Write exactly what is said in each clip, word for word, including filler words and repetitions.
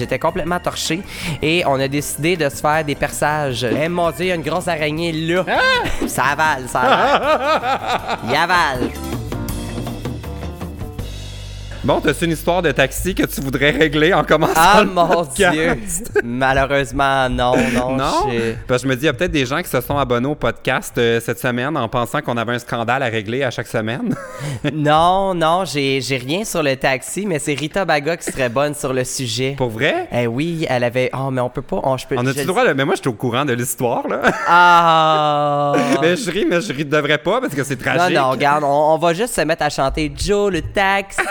j'étais complètement torché. Et on a décidé de se faire des perçages. Eh mon Dieu, il y a une grosse araignée là. Ah! Ça avale, ça avale. Il avale. Bon, t'as-tu une histoire de taxi que tu voudrais régler en commençant Ah, le mon podcast? Dieu! Malheureusement, non, non. Non? Je... Parce que je me dis, il y a peut-être des gens qui se sont abonnés au podcast euh, cette semaine en pensant qu'on avait un scandale à régler à chaque semaine. Non, non, j'ai, j'ai rien sur le taxi, mais c'est Rita Baga qui serait bonne sur le sujet. Pour vrai? Eh oui, elle avait... Oh, mais on peut pas... On, je peux, On a-tu je... le droit? De... Mais moi, je suis au courant de l'histoire, là. Ah! Mais je ris, mais je ris, devrais pas parce que c'est tragique. Non, non, regarde, on, on va juste se mettre à chanter « Joe, le taxi ».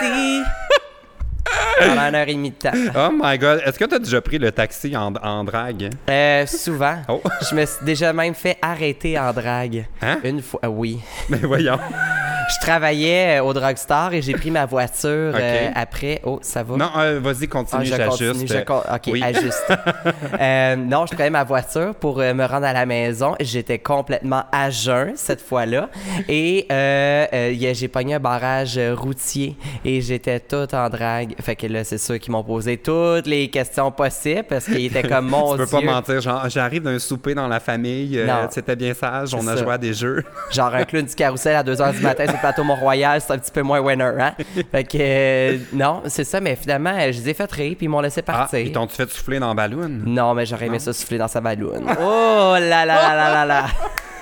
Pendant une heure et demie de temps. Oh my God. Est-ce que tu as déjà pris le taxi en, en drague? Euh, souvent. Oh. Je me suis déjà même fait arrêter en drague. Hein? Une fois, euh, oui. Mais voyons. Je travaillais au drugstore et j'ai pris ma voiture okay. euh, après. Oh, ça va? Non, euh, vas-y, continue, ah, je j'ajuste. Continue, je con... OK, oui. ajuste. euh, non, je prenais ma voiture pour euh, me rendre à la maison. J'étais complètement à jeun cette fois-là. Et euh, euh, j'ai pogné un barrage routier et j'étais toute en drague. Fait que là, c'est sûr qu'ils m'ont posé toutes les questions possibles parce qu'ils étaient comme mon Dieu. Tu peux pas mentir. Genre, j'arrive d'un souper dans la famille. Euh, c'était bien sage. On a ça. Joué à des jeux. Genre un clown du carrousel à deux heures du matin sur le plateau Mont-Royal, c'est un petit peu moins winner, hein? Fait que euh, non, c'est ça, mais finalement, je les ai fait rire puis ils m'ont laissé partir. Ah, ils t'ont-tu fait souffler dans la balloune? Non, mais j'aurais aimé ça souffler dans sa balloune. Oh là là là là là là!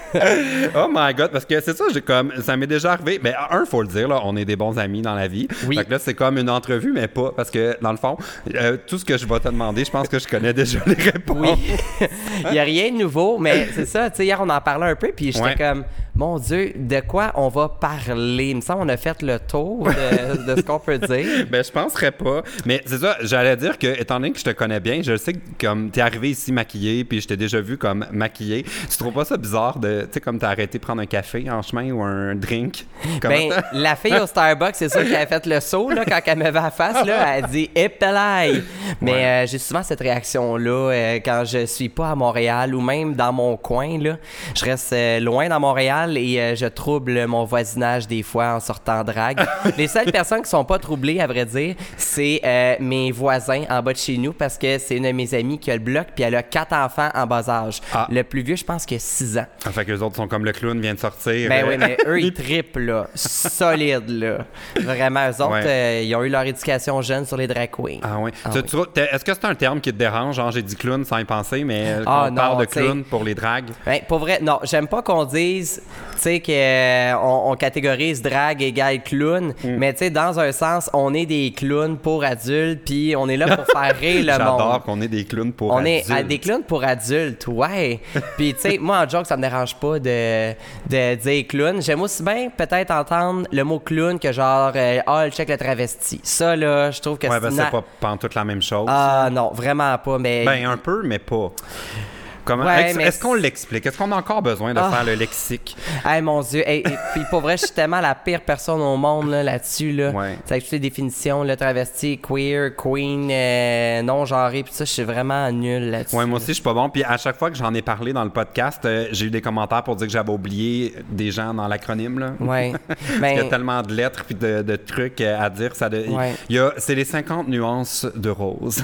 Oh my God, parce que c'est ça, j'ai comme ça m'est déjà arrivé. Ben un, faut le dire là, on est des bons amis dans la vie. Oui. Fait que là, c'est comme une entrevue, mais pas parce que dans le fond, euh, tout ce que je vais te demander, je pense que je connais déjà les réponses. Oui. Il y a rien de nouveau, mais c'est ça. Tu sais, hier on en parlait un peu, puis j'étais ouais. comme, mon Dieu, de quoi on va parler. Il me semble qu'on a fait le tour de, de ce qu'on peut dire. Ben je penserais pas, mais c'est ça. J'allais dire que étant donné que je te connais bien, je sais que comme t'es arrivé ici maquillé, puis je t'ai déjà vu comme maquillé. Tu trouves pas ça bizarre de tu sais, comme t'as arrêté de prendre un café en chemin ou un drink? Comment ben, ça? la fille au Starbucks, c'est sûr qu'elle a fait le saut, là, quand elle me va à face, là, elle dit « Épelaille! » Mais ouais. euh, j'ai souvent cette réaction-là euh, quand je suis pas à Montréal ou même dans mon coin, là. Je reste euh, loin dans Montréal et euh, je trouble mon voisinage des fois en sortant en drague. Les seules personnes qui sont pas troublées, à vrai dire, c'est euh, mes voisins en bas de chez nous parce que c'est une de mes amies qui a le bloc puis elle a quatre enfants en bas âge. Ah. Le plus vieux, je pense qu'il a six ans. Ah, fait que les autres sont comme le clown vient de sortir. Ben oui, mais eux, ils trippent, là. Solides, là. Vraiment, eux autres, ouais. euh, ils ont eu leur éducation jeune sur les drag queens. Ah oui. Ah, tu, oui. Tu, est-ce que c'est un terme qui te dérange? Genre, j'ai dit clown sans y penser, mais ah, on non, parle de clown pour les dragues. Ben, pour vrai, non. J'aime pas qu'on dise, tu sais, qu'on euh, on catégorise drague égale clown, mm. mais tu sais, dans un sens, on est des clowns pour adultes, puis on est là pour faire rire le J'adore monde. J'adore qu'on est des clowns pour on adultes. On est à des clowns pour adultes, ouais. Puis tu sais, moi, en joke, ça me dérange pas de, de dire clown. J'aime aussi bien peut-être entendre le mot clown que genre euh, ah, le check le travesti. Ça là, je trouve que ouais, c'est ben, une... c'est pas pantoute la même chose. Ah non, vraiment pas, mais ben un peu mais pas. Comment, ouais, est-ce, mais est-ce qu'on l'explique? Est-ce qu'on a encore besoin de oh. faire le lexique? Hey, mon Dieu. Hey, et puis pour vrai, je suis tellement la pire personne au monde là, là-dessus. Là. Ouais. C'est avec toutes les définitions, le travesti, queer, queen, euh, non-genré, puis ça, je suis vraiment nul là-dessus. Ouais, moi aussi, je suis pas bon. Puis à chaque fois que j'en ai parlé dans le podcast, euh, j'ai eu des commentaires pour dire que j'avais oublié des gens dans l'acronyme. Là. Ouais. Parce ben... qu'il y a tellement de lettres puis de, de trucs à dire. Ça de... ouais. il y a, c'est les cinquante nuances de rose.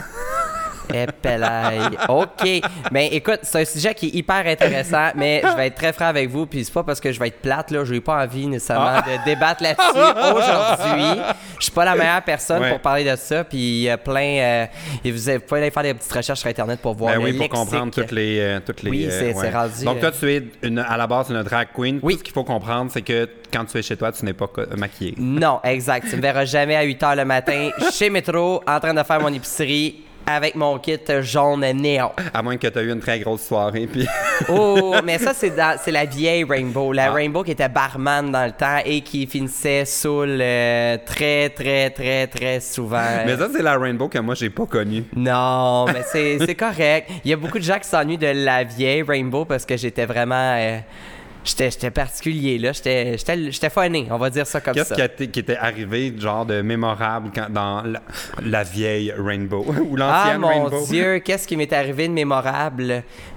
Épelaille. OK. Ben écoute, c'est un sujet qui est hyper intéressant, mais je vais être très franc avec vous, puis c'est pas parce que je vais être plate, là, j'ai pas envie nécessairement ah. de débattre là-dessus aujourd'hui. Je suis pas la meilleure personne ouais. pour parler de ça, puis il y a plein... Euh, et vous pouvez aller faire des petites recherches sur Internet pour voir ben le oui, lexique. pour comprendre toutes les... Euh, toutes les oui, c'est, euh, c'est rendu... Donc toi, tu es une, à la base une drag queen. Oui. Tout ce qu'il faut comprendre, c'est que quand tu es chez toi, tu n'es pas maquillée. Non, exact. Tu me verras jamais à huit heures le matin chez Métro, en train de faire mon épicerie, avec mon kit jaune néon. À moins que tu aies eu une très grosse soirée. Puis... oh, mais ça, c'est, dans, c'est la vieille Rainbow. La ah. Rainbow qui était barman dans le temps et qui finissait saoul euh, très, très, très, très souvent. Mais ça, c'est la Rainbow que moi, j'ai pas connue. Non, mais c'est, c'est correct. Il y a beaucoup de gens qui s'ennuient de la vieille Rainbow parce que j'étais vraiment... Euh, J'étais, j'étais particulier, là. J'étais, j'étais, j'étais funny, on va dire ça comme Qu'est-ce ça. Qu'est-ce qui, qui était arrivé, genre, de mémorable quand, dans la, la vieille Rainbow ou l'ancienne Rainbow? Ah, mon Rainbow? Dieu, qu'est-ce qui m'est arrivé de mémorable?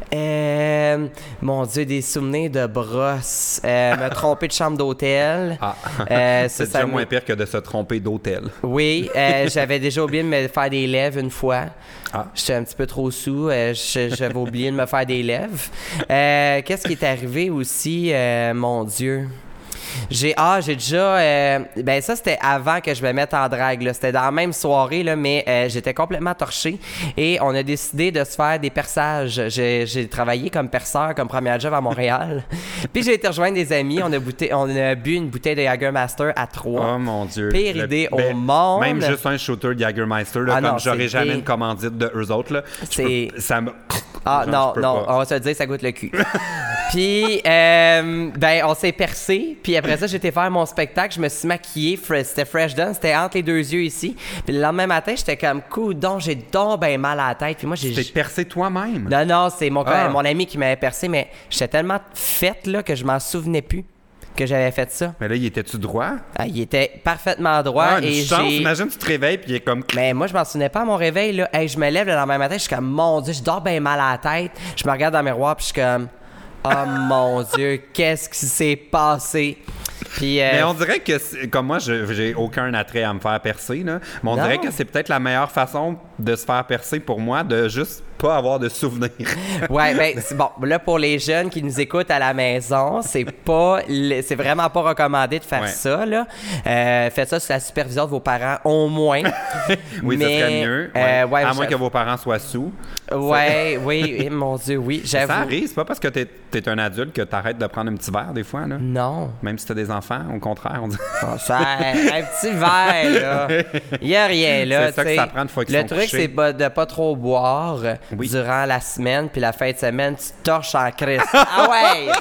Euh, mon Dieu, des souvenirs de brosse. Euh, me tromper de chambre d'hôtel. Ah, Euh, ça, c'est ça déjà me- moins pire que de se tromper d'hôtel. Oui, euh, j'avais déjà oublié de me faire des lèvres une fois. Ah. J'étais un petit peu trop sous. euh, je- j'avais oublié de me faire des lèvres. Euh, Qu'est-ce qui est arrivé aussi? Euh, mon Dieu. J'ai ah j'ai déjà euh, ben ça c'était avant que je me mette en drague là. C'était dans la même soirée là, mais euh, j'étais complètement torchée et on a décidé de se faire des perçages. J'ai, j'ai travaillé comme perceur comme première job à Montréal. Puis j'ai été rejoindre des amis, on a bouté, on a bu une bouteille de Jägermeister à trois. Oh mon Dieu. Pire Le- idée au ben, monde. Même juste un shooter de Jägermeister, là, Ah comme non, j'aurais c'est jamais des- une commandite de eux autres. Là, je C'est- peux- ça me. Ah Genre, non, je peux non, pas. on va se le dire, ça goûte le cul. Puis, euh, ben, on s'est percé. Puis après ça, j'étais faire mon spectacle. Je me suis maquillée. Fre- C'était fresh done. C'était entre les deux yeux ici. Puis le lendemain matin, j'étais comme, coudon, j'ai donc ben mal à la tête. Puis moi, j'ai. T'es percé toi-même. Non, non, c'est mon, Ah. mon ami qui m'avait percé, mais j'étais tellement faite là, que je m'en souvenais plus que j'avais fait ça. Mais là, il était-tu droit? Ah, il était parfaitement droit. Ah, une et chance. j'ai... Imagine, tu te réveilles puis il est comme. Mais moi, je m'en souvenais pas à mon réveil. Là. Hey, je me lève le lendemain matin, je suis comme, mon Dieu, je dors bien mal à la tête. Je me regarde dans le miroir, puis je suis comme, oh mon Dieu, qu'est-ce qui s'est passé? Puis, euh, Mais on dirait que, c'est- comme moi, je- j'ai aucun attrait à me faire percer, là. Mais on Non. dirait que c'est peut-être la meilleure façon de se faire percer pour moi, de juste pas avoir de souvenirs. ouais, ben, c'est bon. Là, pour les jeunes qui nous écoutent à la maison, c'est pas, le- c'est vraiment pas recommandé de faire Ouais. ça, là. Euh, faites ça sous la supervision de vos parents, au moins. Oui, ça Mais, serait mieux. euh, ouais. ouais, à moins je- que vos parents soient sous. Ouais, oui, eh, mon Dieu, oui, Ça j'avoue. arrive, c'est pas parce que t'es es un adulte que t'arrêtes de prendre un petit verre des fois, là. Non. Même si t'as des enfants, au contraire, on dit. Bon, ça, un petit verre, là. Il n'y a rien, là. C'est ça que t'sais. ça prend une fois qu'ils Le sont truc, couchés. c'est pas- de pas trop boire Oui. durant la semaine, puis la fin de semaine, tu torches en crise. Ah ouais!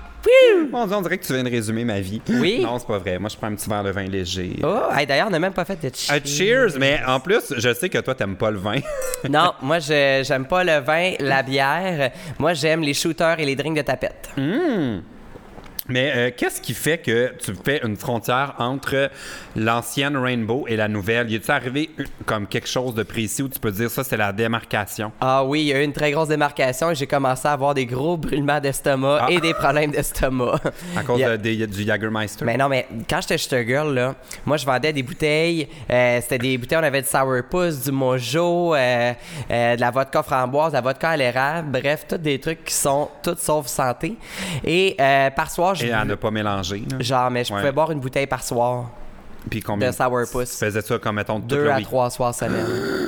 Mon Dieu, on dirait que tu viens de résumer ma vie. Oui. Non, c'est pas vrai. Moi, je prends un petit verre de vin léger. Oh, hey, d'ailleurs, on n'a même pas fait de cheers. Ah, cheers! Mais en plus, je sais que toi, t'aimes pas le vin. Non, moi, je j'aime pas le vin, la bière. Moi, j'aime les shooters et les drinks de tapette. Hum. Mais euh, qu'est-ce qui fait que tu fais une frontière entre l'ancienne Rainbow et la nouvelle? Y est-tu arrivé euh, comme quelque chose de précis où tu peux dire ça, c'est la démarcation? Ah oui, il y a eu une très grosse démarcation et j'ai commencé à avoir des gros brûlements d'estomac Ah. et des problèmes d'estomac. À cause Il y a- de- des- du Jägermeister? Mais non, mais quand j'étais Shooter Girl, là, moi, je vendais des bouteilles. euh, c'était des bouteilles, on avait du Sourpuss, du Mojo, euh, euh, de la vodka framboise, de la vodka à l'érable. Bref, tous des trucs qui sont toutes sauf santé. Et euh, par soir, je Et à ne pas mélanger. là. genre, mais je Ouais. pouvais boire une bouteille par soir. Puis combien? de Sourpuss. Tu faisais ça comme, mettons, tout Deux le à week. trois soirs semaine.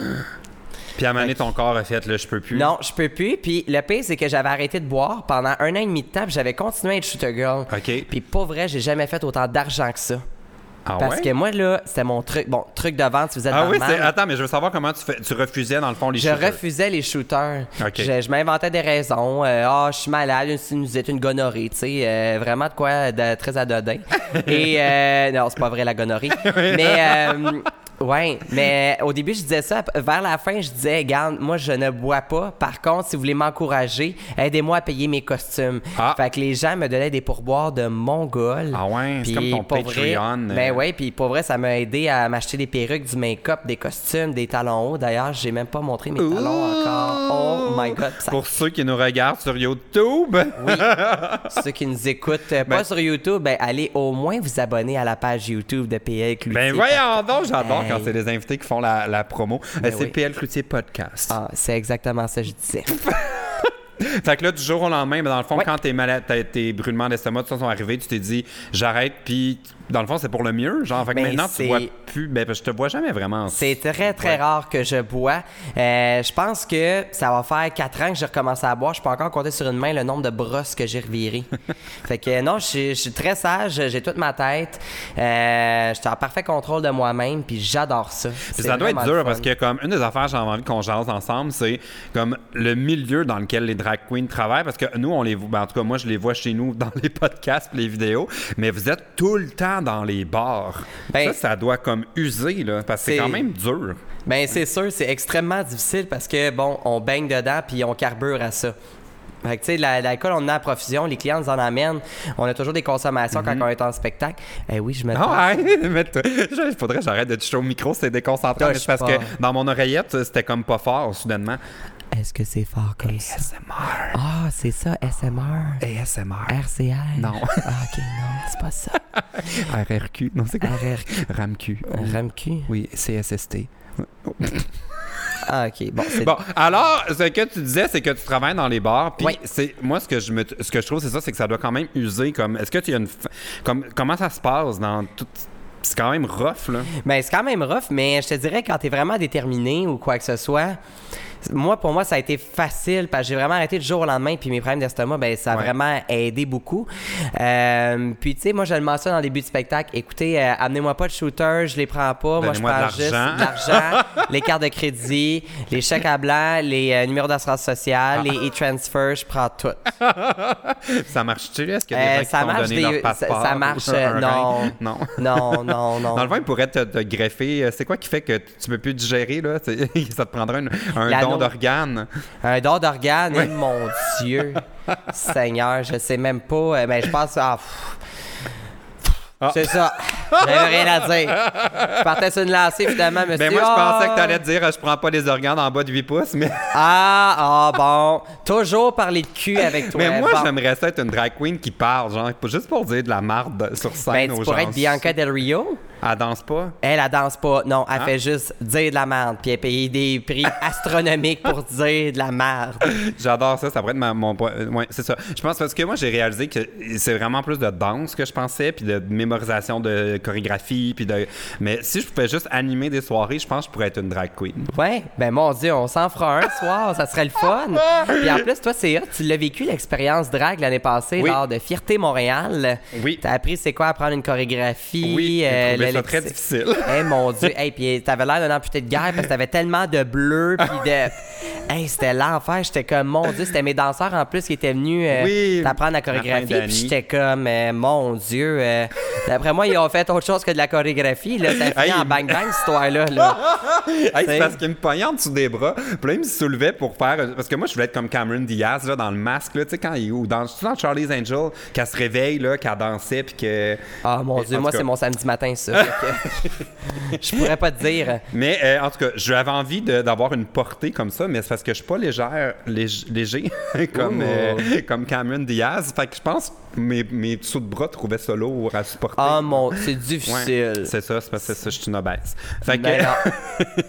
Puis à un moment donné, ton corps a fait, là, je peux plus. Non, je peux plus. Puis le pire, c'est que j'avais arrêté de boire pendant un an et demi de temps, puis j'avais continué à être Shooter Girl. OK. Puis pas vrai, j'ai jamais fait autant d'argent que ça. Ah Parce ouais? que moi, là, c'était mon truc. Bon, truc de vente, si vous êtes Ah oui, barman. c'est... Attends, mais je veux savoir comment tu fais. Tu refusais, dans le fond, les Je shooters. refusais les shooters. OK. Je, je m'inventais des raisons. Euh, Ah, je suis malade, une sinusite, une gonorrhée, tu sais. euh, vraiment de quoi de très anodin. Et euh, non, c'est pas vrai la gonorrhée. mais euh, ouais, mais au début, je disais ça. Vers la fin, je disais, regarde, moi, je ne bois pas. Par contre, si vous voulez m'encourager, aidez-moi à payer mes costumes. Ah. Fait que les gens me donnaient des pourboires de Mongol. Ah ouais, c'est Puis comme ton pour vrai, Patreon. euh. Ben ouais, puis pour vrai, ça m'a aidé à m'acheter des perruques, du make-up, des costumes, des talons hauts. D'ailleurs, j'ai même pas montré mes talons encore. Oh my God. Ça- Pour ceux qui nous regardent sur YouTube. Oui. Ceux qui nous écoutent euh, pas Ben- sur YouTube, ben allez au moins vous abonner à la page YouTube de P L Cloutier. Ben voyons donc, j'adore Hey. quand c'est les invités qui font la, la promo. Euh, Ben c'est oui. P L Cloutier Podcast. Ah, c'est exactement ça que je disais. Fait que là, du jour au lendemain, ben dans le fond, Ouais. quand tes, malades, tes, tes brûlements d'estomac tout ça sont arrivés, tu t'es dit, j'arrête, puis dans le fond, c'est pour le mieux. Genre, fait que Ben, maintenant, c'est- tu bois plus. Ben, je te vois jamais vraiment. C'est très, très Ouais. rare que je bois. Euh, je pense que ça va faire quatre ans que j'ai recommencé à boire. Je peux encore compter sur une main le nombre de brosses que j'ai revirées. Fait que non, je suis- je suis très sage. J'ai toute ma tête. Euh, je suis en parfait contrôle de moi-même, puis j'adore ça. Puis C'est ça doit être vraiment dur le parce fun. que comme une des affaires que j'ai envie qu'on jase ensemble, c'est comme le milieu dans lequel les drag queens travaillent parce que nous on les voit, ben, en tout cas moi je les vois chez nous dans les podcasts, les vidéos, mais vous êtes tout le temps dans les bars. Ben, ça ça doit comme user là parce que c'est c'est- quand même dur. Ben c'est sûr, c'est extrêmement difficile parce que bon, on baigne dedans puis on carbure à ça. Fait que, tu sais, la- l'alcool, on en a à profusion, les clients nous en amènent. On a toujours des consommations quand on est en spectacle. Eh oui, je me trompe. Ah, ouais, mais toi, il faudrait que j'arrête de toucher au micro, c'est déconcentrant. Touche mais c'est parce pas. que dans mon oreillette, c'était comme pas fort soudainement. Est-ce que c'est fort comme A ça? S M R. Ah, c'est ça, S M R. A S M R. R C R. Non. Ah, ok, non, c'est pas ça. R R Q. Non, c'est quoi? R R Q. RAMQ. RAMQ. Oui, C S S T. Ah, ok. Bon, c'est... Bon, alors, ce que tu disais, c'est que tu travailles dans les bars. Puis, Oui. c'est moi, ce que je me, ce que je trouve, c'est ça, c'est que ça doit quand même user. Comme, est-ce que tu as une, f- comme, comment ça se passe dans tout. C'est quand même rough, là. Ben, c'est quand même rough, mais je te dirais, quand t'es vraiment déterminé ou quoi que ce soit, moi, pour moi, ça a été facile parce que j'ai vraiment arrêté du jour au lendemain. Puis mes problèmes d'estomac, ben, ça a Ouais. vraiment aidé beaucoup. Euh, puis, tu sais, moi, je le mentionne dans le début du spectacle. Écoutez, euh, amenez-moi pas de shooter, je les prends pas. Moi, je Donnez-moi prends de juste l'argent. de l'argent, les cartes de crédit, les chèques à blanc, les euh, numéros d'assurance sociale, les e-transfers, je prends tout. Ça marche-tu? Est-ce qu'il y a Euh, des gens qui ça t'ont marche donné des- leur ça- passeport? ça ou marche, un euh, rein? non. Non. Non, non, non. Dans le fond, ils pourraient te, te greffer. euh, C'est quoi qui fait que tu peux plus digérer, là? C'est- ça te prendrait un, un La don no- d'organes. Un don d'organes, Ouais. eh, mon Dieu. Seigneur, je sais même pas. euh, Mais je pense. Ah, pff. Ah. C'est ça. J'avais rien à dire. Je partais sur une lancée, finalement, monsieur. Ben moi, je pensais que tu Ah! allais te dire euh, je prends pas les organes en bas de huit pouces, mais, Ah, ah, bon. Toujours parler de cul avec toi. mais moi, Bon. j'aimerais ça être une drag queen qui parle, genre, juste pour dire de la marde sur scène Ben, aux tu gens. pourrais être Bianca Del Rio. Elle danse pas? Elle, elle danse pas. Non, elle Ah. fait juste dire de la merde. Puis elle paye des prix astronomiques pour dire de la merde. J'adore ça, ça pourrait être ma- mon point. Ouais, c'est ça. Je pense parce que moi, j'ai réalisé que c'est vraiment plus de danse que je pensais, puis de mémorisation de chorégraphie, puis de. Mais si je pouvais juste animer des soirées, je pense que je pourrais être une drag queen. Ouais, ben mon Dieu, on s'en fera un soir, ça serait le fun. Puis en plus, toi, c'est hot, tu l'as vécu l'expérience drague l'année passée Oui. lors de Fierté Montréal. Oui. T'as appris c'est quoi apprendre une chorégraphie. Oui, j'ai trouvé le ça très lex- difficile. Eh mon Dieu, hey, puis t'avais l'air d'un amputé de guerre parce que t'avais tellement de bleu puis de. Hey, c'était l'enfer. J'étais comme, mon Dieu, c'était mes danseurs en plus qui étaient venus euh, Oui. t'apprendre la Martin chorégraphie. Dany. Puis j'étais comme, euh, mon Dieu. euh, D'après moi, ils ont fait autre chose que de la chorégraphie. Là, ça a fini Hey, en bang-bang, cette histoire-là. Là. Hey, T'sais. c'est parce qu'il me pognait en dessous des bras. Puis là, il me soulevait pour faire. Parce que moi, je voulais être comme Cameron Diaz, là, dans le masque, là, tu sais, quand il. Ou dans, dans Charlie's Angel, qu'elle se réveille, là, qu'elle dansait, puis que. Ah mon En Dieu, tout moi cas. c'est mon samedi matin ça. Fait que je pourrais pas te dire. Mais euh, en tout cas, j'avais envie de- d'avoir une portée comme ça, mais c'est parce que je suis pas légère, lég- léger comme, Ouh. euh, comme Cameron Diaz. Fait que je pense que mes, mes dessous de bras trouvaient ça lourd à supporter. Ah mon, c'est Ouais, difficile. c'est ça, c'est parce que c'est ça, je suis une obèse. Fait que, Ben non.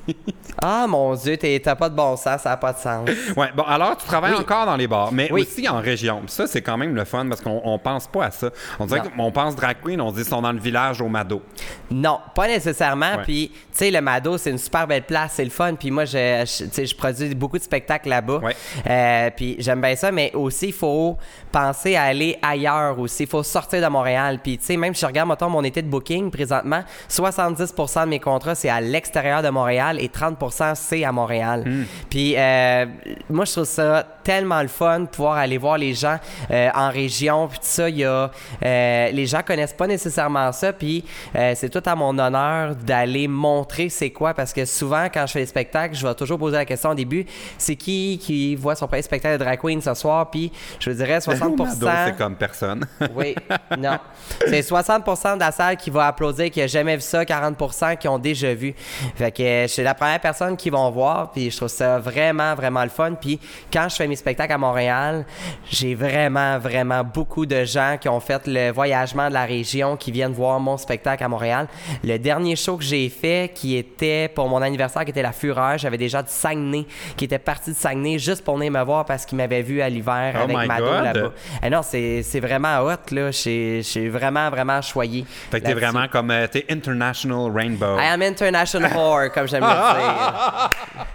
Ah mon Dieu, t'es- t'as pas de bon sens, ça a pas de sens. ouais, bon, alors tu travailles Oui. encore dans les bars, mais Oui. aussi en région. Puis ça, c'est quand même le fun parce qu'on on pense pas à ça. On dirait Non. qu'on pense drag queen, on dit ils sont dans le village au Mado. Non, pas nécessairement. Ouais. Puis, tu sais, le Mado, c'est une super belle place, c'est le fun. Puis moi, je, je- tu sais, je produis beaucoup de spectacles là-bas. Ouais. Euh, puis j'aime bien ça, mais aussi, il faut penser à aller ailleurs aussi. Il faut sortir de Montréal. Puis, tu sais, même si je regarde, mettons, mon été de booking présentement, soixante-dix pour cent de mes contrats, c'est à l'extérieur de Montréal et trente pour cent, c'est à Montréal. Puis, euh, moi, je trouve ça tellement le fun de pouvoir aller voir les gens euh, en région. Puis tout ça, il y a... euh, les gens connaissent pas nécessairement ça. Puis, euh, c'est tout à mon honneur d'aller montrer c'est quoi. Parce que souvent, quand je fais des spectacles, je vais toujours poser la question au début, c'est qui qui voit son premier spectacle de drag queen ce soir? Puis, je vous dirais soixante pour Au cent... Mado, c'est comme personne. Oui, non. C'est soixante pour cent de la salle qui va applaudir, qui a jamais vu ça, quarante pour cent qui ont déjà vu. Fait que euh, je suis la première personne qui vont voir, puis je trouve ça vraiment, vraiment le fun. Puis quand je fais mes spectacles à Montréal, j'ai vraiment, vraiment beaucoup de gens qui ont fait le voyagement de la région, qui viennent voir mon spectacle à Montréal. Le dernier show que j'ai fait, qui était pour mon anniversaire, qui était La Fureur, j'avais des gens de Saguenay qui étaient partis de Saguenay juste pour venir me voir parce qu'ils m'avaient vu à l'hiver Oh avec my Mado God. là-bas. Eh non, c'est c'est vraiment hot, là. Je suis- je suis vraiment, vraiment choyé. Fait que t'es là-dessus. vraiment comme. euh, t'es International Rainbow. I am international whore, comme j'aime le dire.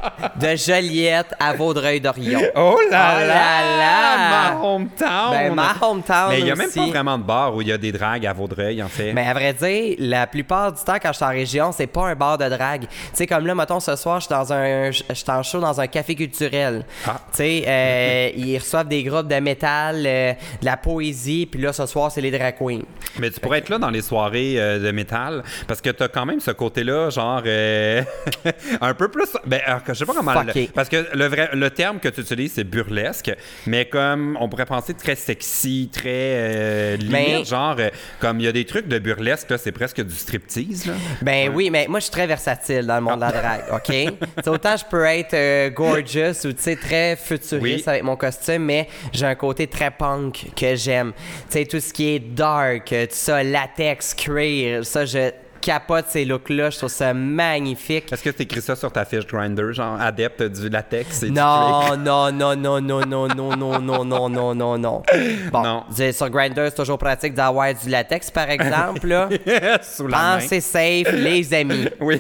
De Joliette à Vaudreuil-Dorion. Oh là Oh là! là là! Ma hometown! Ben, ma hometown Mais il n'y a même aussi. pas vraiment de bar où il y a des dragues à Vaudreuil, en fait. Mais à vrai dire, la plupart du temps, quand je suis en région, c'est pas un bar de drague. Tu sais, comme là, mettons, ce soir, je suis dans un, je suis en show dans un café culturel. Ah. Tu sais, euh, ils reçoivent des groupes de métal, euh, de la poésie, puis là, ce soir, c'est les drag queens. Mais tu pourrais être là dans les soirées euh, de métal parce que t'as quand même ce côté-là, genre euh, un peu plus. Ben, alors que je sais pas comment mal. fucké. Parce que le, vrai, le terme que tu utilises, c'est burlesque, mais comme on pourrait penser très sexy, très euh, limite, mais, genre, euh, comme il y a des trucs de burlesque, là, c'est presque du striptease. Là. Ben ouais. oui, mais moi, je suis très versatile dans le monde de la drague, OK? autant je peux être euh, gorgeous ou, tu sais, très futuriste oui. avec mon costume, mais j'ai un côté très punk que j'aime. Tu sais, tout ce qui est dark, tout ça, latex, cuir, ça, je capote ces looks-là, je trouve ça magnifique. Est-ce que tu écris ça sur ta fiche Grindr, genre adepte du latex et non, du non, non, non, non, non, non, non, non, non, non, non, non. Bon, non. sur Grindr, c'est toujours pratique d'avoir du latex, par exemple, là. Sous la Pensez safe, les amis. Oui.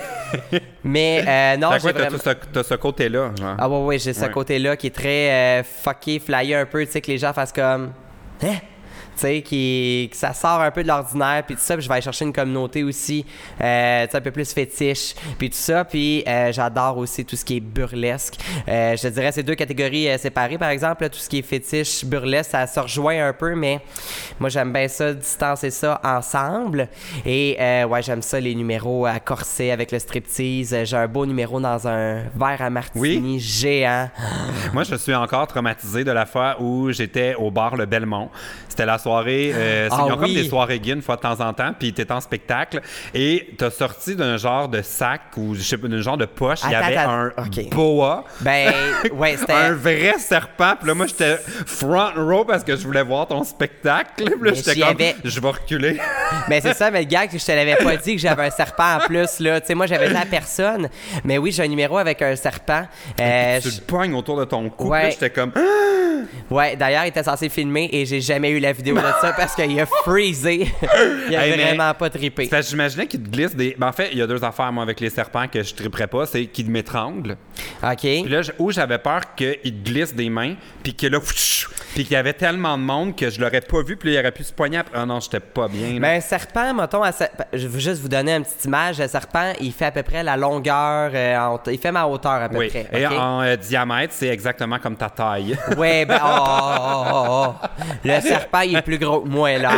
Mais euh, non, j'ai vraiment... vraiment... T'as, t'as ce côté-là, genre. Ah ouais, ouais, j'ai ce ouais. côté-là qui est très euh, fucké, flyé un peu, tu sais, que les gens fassent comme... Hein? Tu sais, qui, que ça sort un peu de l'ordinaire, puis tout ça, puis je vais aller chercher une communauté aussi, euh, tu sais, un peu plus fétiche, puis tout ça, puis euh, j'adore aussi tout ce qui est burlesque. Euh, je te dirais, c'est deux catégories euh, séparées, par exemple, là, tout ce qui est fétiche, burlesque, ça se rejoint un peu, mais moi, j'aime bien ça, distancer ça ensemble, et euh, ouais, j'aime ça, les numéros à corset avec le striptease. J'ai un beau numéro dans un verre à martini oui. géant. Moi, je suis encore traumatisé de la fois où j'étais au bar Le Belmont. C'était la soirée, euh, c'est, ah, ils ont oui. comme des soirées gays une fois de temps en temps, puis t'étais en spectacle et t'as sorti d'un genre de sac ou je sais pas, d'un genre de poche, il y avait attends, un okay. boa, ben ouais, c'était un vrai serpent. Puis là, moi, j'étais front row parce que je voulais voir ton spectacle. Puis là, j'étais comme, avais... je vais reculer. Mais c'est ça, mais le gars, que je te l'avais pas dit que j'avais un serpent en plus là. Tu sais, moi, j'avais dit à personne, mais oui, j'ai un numéro avec un serpent. Euh, tu je... le pognes autour de ton cou. Ouais. Là, j'étais comme. Ouais, d'ailleurs, il était censé filmer et j'ai jamais eu la vidéo de ça parce qu'il a freezé. Il a hey, vraiment pas trippé. Parce que j'imaginais qu'il te glisse des. Ben, en fait, il y a deux affaires, moi, avec les serpents que je tripperais pas. C'est qu'il m'étrangle. OK. Puis là, où j'avais peur qu'il te glisse des mains, puis que là, puis qu'il y avait tellement de monde que je l'aurais pas vu, puis là, il aurait pu se poigner après. Ah non, j'étais pas bien. Mais un serpent, mettons, à... je veux juste vous donner une petite image. Le serpent, il fait à peu près la longueur, euh, en... il fait ma hauteur à peu oui. près. Et okay? en euh, diamètre, c'est exactement comme ta taille. Oui, ben, oh, oh, oh, oh. Le serpent, il est plus gros que moi, là,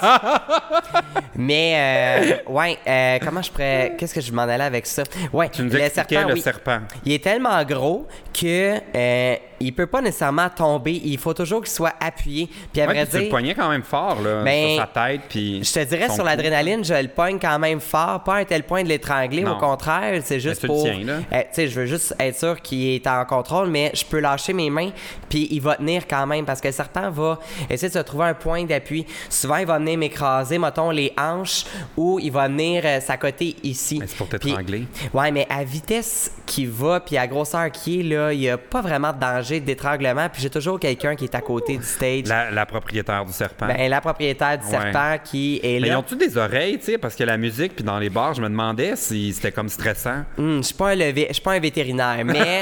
arrête. Mais, euh, ouais, euh, comment je pourrais... Qu'est-ce que je m'en allais avec ça? Ouais, tu nous le serpent, le oui, serpent. Il est tellement gros que... Euh, il peut pas nécessairement tomber. Il faut toujours qu'il soit appuyé. Puis à ouais, vrai puis dire... tu le pognais quand même fort, là, ben, sur sa tête, puis... Je te dirais, sur l'adrénaline, je le pogne quand même fort. Pas à un tel point de l'étrangler, non. Au contraire. C'est juste pour... Tu le tiens, là. Euh, tu sais, je veux juste être sûr qu'il est en contrôle, mais je peux lâcher mes mains, puis il va tenir quand même, parce que le serpent va essayer de se trouver un point d'appui. Souvent, il va venir m'écraser, mettons, les hanches, ou il va venir euh, s'accoter ici. Mais c'est pour t'étrangler. Puis, ouais, mais à vitesse qu'il va, puis à grosseur qu'il est, là, il n'y a pas vraiment de danger d'étranglement. Puis j'ai toujours quelqu'un qui est à côté du stage. La, la propriétaire du serpent. Ben, la propriétaire du ouais. serpent qui est là. Mais ils ont-tu des oreilles, tu sais, parce que la musique, puis dans les bars, je me demandais si c'était comme stressant. Hum, je suis pas un levé, je suis pas un vétérinaire, mais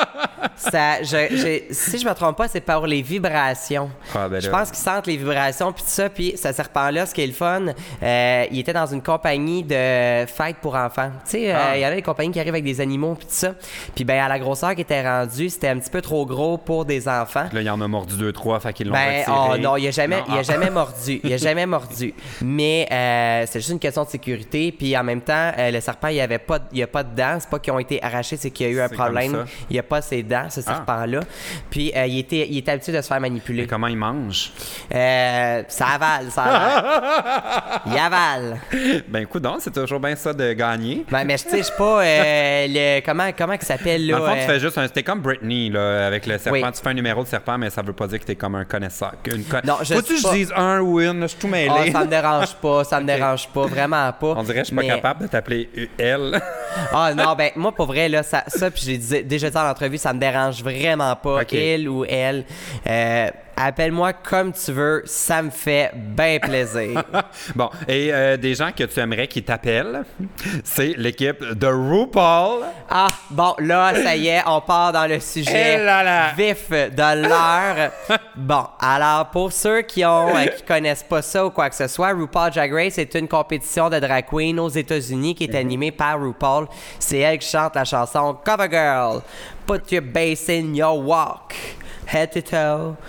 ça, je, je, si je me trompe pas, c'est par les vibrations. Ah, ben je pense qu'ils sentent les vibrations, puis tout ça. Puis ce serpent-là, ce qui est le fun, euh, il était dans une compagnie de fêtes pour enfants. Tu sais, ah. euh, il y avait des compagnies qui arrivent avec des animaux, puis tout ça. Puis ben à la grosseur qui était rendue, c'était un petit peu trop gros pour des enfants. Là, il en a mordu deux, trois, fait qu'ils l'ont ben, retiré. Oh non, il a jamais, non, il a ah. jamais mordu. Il a jamais mordu. Mais euh, c'est juste une question de sécurité. Puis en même temps, euh, le serpent, il n'y avait pas, il y a pas de dents. C'est pas qu'ils ont été arrachés, c'est qu'il y a eu un c'est problème. Il n'y a pas ses dents, ce ah. serpent-là. Puis euh, il, était, il était habitué de se faire manipuler. Et comment il mange? Euh, ça avale, ça avale. Il avale. Ben écoute donc, c'est toujours bien ça de gagner. Ben, mais tu sais, je sais pas euh, le, comment, comment il s'appelle là. Dans le fond, euh... tu fais juste un. C'était comme Britney là, avec le serpent. Oui. Tu fais un numéro de serpent, mais ça veut pas dire que t'es comme un connaisseur. Une con... Non, je Faut-tu que je dise un ou une? Je suis tout mêlé. Oh, ça me dérange pas, ça me okay. dérange pas, vraiment pas. On dirait que je suis mais... pas capable de t'appeler elle. Ah oh, non, ben moi pour vrai, là, ça, ça puis j'ai dit, déjà dit en entrevue, ça me dérange vraiment pas, okay. il ou elle. Euh, Appelle-moi comme tu veux, ça me fait bien plaisir. Bon, et euh, des gens que tu aimerais qui t'appellent, c'est l'équipe de RuPaul. Ah, bon, là, ça y est, on part dans le sujet là là. vif de l'heure. Bon, alors, pour ceux qui ont euh, qui connaissent pas ça ou quoi que ce soit, RuPaul Drag Race est une compétition de drag queen aux États-Unis qui est animée par RuPaul. C'est elle qui chante la chanson Cover Girl. Put your bass in your walk, head to toe.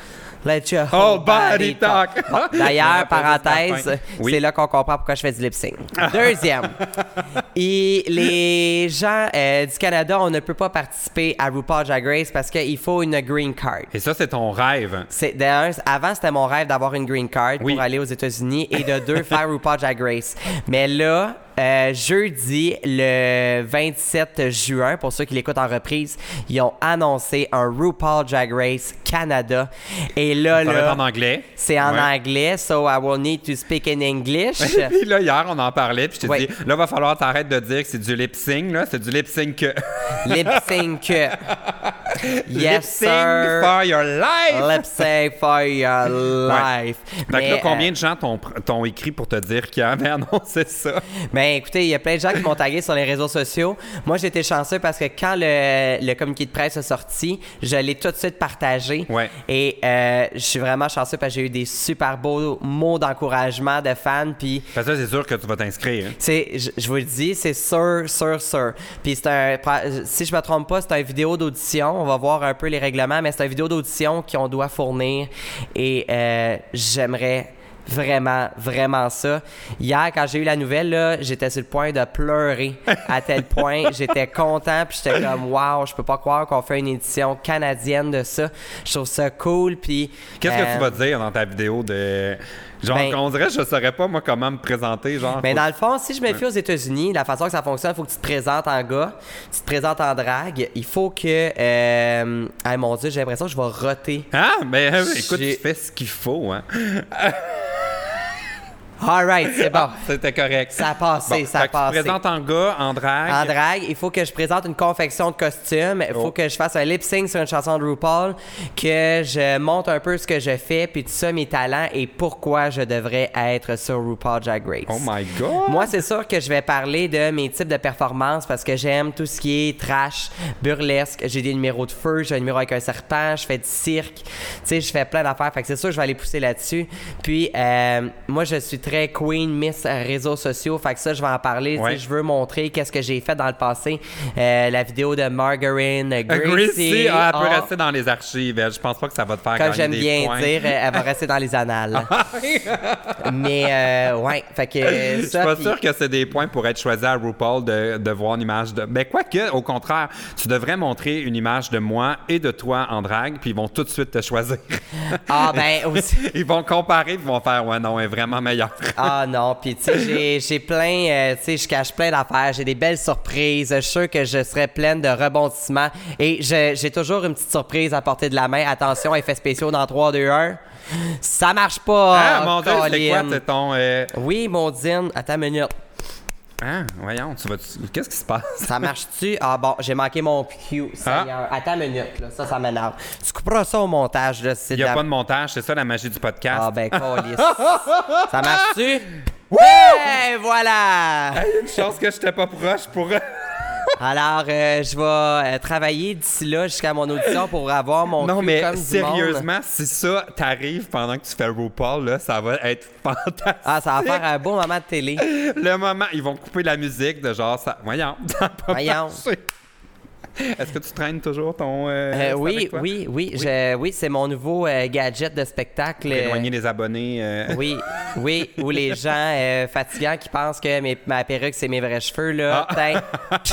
Let your whole body talk. Bon, d'ailleurs, On va pas parenthèse, juste la fin. Oui. c'est là qu'on comprend pourquoi je fais du lip sync. Deuxième. Et les gens euh, du Canada, on ne peut pas participer à RuPaul Drag Race parce qu'il faut une green card. Et ça, c'est ton rêve. C'est, d'un, avant, c'était mon rêve d'avoir une green card Oui. pour aller aux États-Unis et de deux, faire RuPaul Drag Race. Mais là, euh, jeudi, le vingt-sept juin, pour ceux qui l'écoutent en reprise, ils ont annoncé un RuPaul Drag Race Canada. Et là, Ça va là, être en anglais. c'est en Ouais. anglais, so I will need to speak in English. Puis là, hier, on en parlait, puis je t'ai Oui. dit, là, va falloir t'arrêter de dire que c'est du lip sync, là, c'est du lip sync que. Lip sync. Lip Yes, sync sir. for your life. Lip sync for your life. Fait que Mais, là, combien euh, de gens t'ont, t'ont écrit pour te dire qu'ils avaient annoncé ça? Ben écoutez, il y a plein de gens qui m'ont tagué sur les réseaux sociaux. Moi, j'ai été chanceux parce que quand le, le communiqué de presse est sorti, je l'ai tout de suite partagé. Ouais. Et euh, je suis vraiment chanceux parce que j'ai eu des super beaux mots d'encouragement de fans. Puis Parce que ça, c'est sûr que tu vas t'inscrire. hein. c'est, je, je vous le dis, c'est sûr, sûr, sûr. Puis c'est un, si je me trompe pas, c'est une vidéo d'audition. On va voir un peu les règlements, mais c'est une vidéo d'audition qu'on doit fournir. Et euh, j'aimerais vraiment, vraiment ça. Hier, quand j'ai eu la nouvelle, là, j'étais sur le point de pleurer à tel point. J'étais content, puis j'étais comme, wow, je peux pas croire qu'on fait une édition canadienne de ça. Je trouve ça cool, puis... Qu'est-ce euh, que tu vas dire dans ta vidéo de. Genre, Ben- on dirait, je saurais pas, moi, comment me présenter. Genre, Mais faut- dans le fond, si je me fie aux États-Unis, la façon que ça fonctionne, il faut que tu te présentes en gars, tu te présentes en drague. Il faut que. Euh... Ah mon Dieu, j'ai l'impression que je vais roter. Ah, mais euh, écoute, J'ai- tu fais ce qu'il faut, hein. Alright, c'est bon. C'était correct. Ça a passé, Bon, ça fait a que passé. Tu te présentes en gars, en drague. En drague, il faut que je présente une confection de costumes. Il faut Oh. que je fasse un lip sync sur une chanson de RuPaul, que je montre un peu ce que je fais, puis tout ça, mes talents et pourquoi je devrais être sur RuPaul Drag Race. Oh my God! Moi, c'est sûr que je vais parler de mes types de performances parce que j'aime tout ce qui est trash, burlesque. J'ai des numéros de feu, j'ai un numéro avec un serpent, je fais du cirque. Tu sais, je fais plein d'affaires. Fait que c'est sûr que je vais aller pousser là-dessus. Puis, euh, moi, je suis très queen, miss réseaux sociaux. Fait que ça, je vais en parler. Tu sais, Ouais. je veux montrer qu'est-ce que j'ai fait dans le passé. Euh, la vidéo de Margarine Euh, Gracie. Gracie, ah, elle peut Ah, rester dans les archives. Elle, Je pense pas que ça va te faire comme gagner j'aime des bien points. dire, elle va rester dans les annales. Mais, euh, ouais. Fait que Je suis ça, pas puis- sûr que c'est des points pour être choisi à RuPaul de, de voir une image de. Mais quoique, au contraire, tu devrais montrer une image de moi et de toi en drague, puis ils vont tout de suite te choisir. Ah, ben aussi. Ils vont comparer, puis ils vont faire ouais, non, elle est vraiment meilleure. Ah non, puis tu sais, j'ai, j'ai plein, euh, tu sais, je cache plein d'affaires, j'ai des belles surprises, je suis sûr que je serai pleine de rebondissements et je- j'ai toujours une petite surprise à portée de la main. Attention, effets spéciaux dans trois, deux, un. Ça marche pas, Ah, mon Dieu, c'est quoi, Colin. c'est ton. euh, Oui, Maudine, attends une minute. Ah, voyons, tu vas. Qu'est-ce qui se passe? Ça marche-tu? Ah bon, j'ai manqué mon Q, Seigneur. Attends une minute, là, ça, ça m'énerve. Tu couperas ça au montage, là, c'est Il n'y a de la- pas de montage, c'est ça la magie du podcast. Ah ben, câlisse. Ça marche-tu? Hey, voilà! Il y a une chance que je n'étais pas proche pour. Alors, euh, je vais euh, travailler d'ici là jusqu'à mon audition pour avoir mon Non, cul mais comme du monde. sérieusement, si ça t'arrive pendant que tu fais RuPaul, là, ça va être fantastique. Ah, ça va faire un beau moment de télé. Le moment, ils vont couper la musique de genre, ça... voyons, ça a pas Voyons. marché. Est-ce que tu traînes toujours ton... Euh, Euh, c'est oui, avec toi? oui, oui, je- oui, c'est mon nouveau euh, gadget de spectacle. Pour éloigner les abonnés. euh. Oui, oui, ou les gens euh, fatigants qui pensent que mes- ma perruque, c'est mes vrais cheveux, là. Ah. Tain.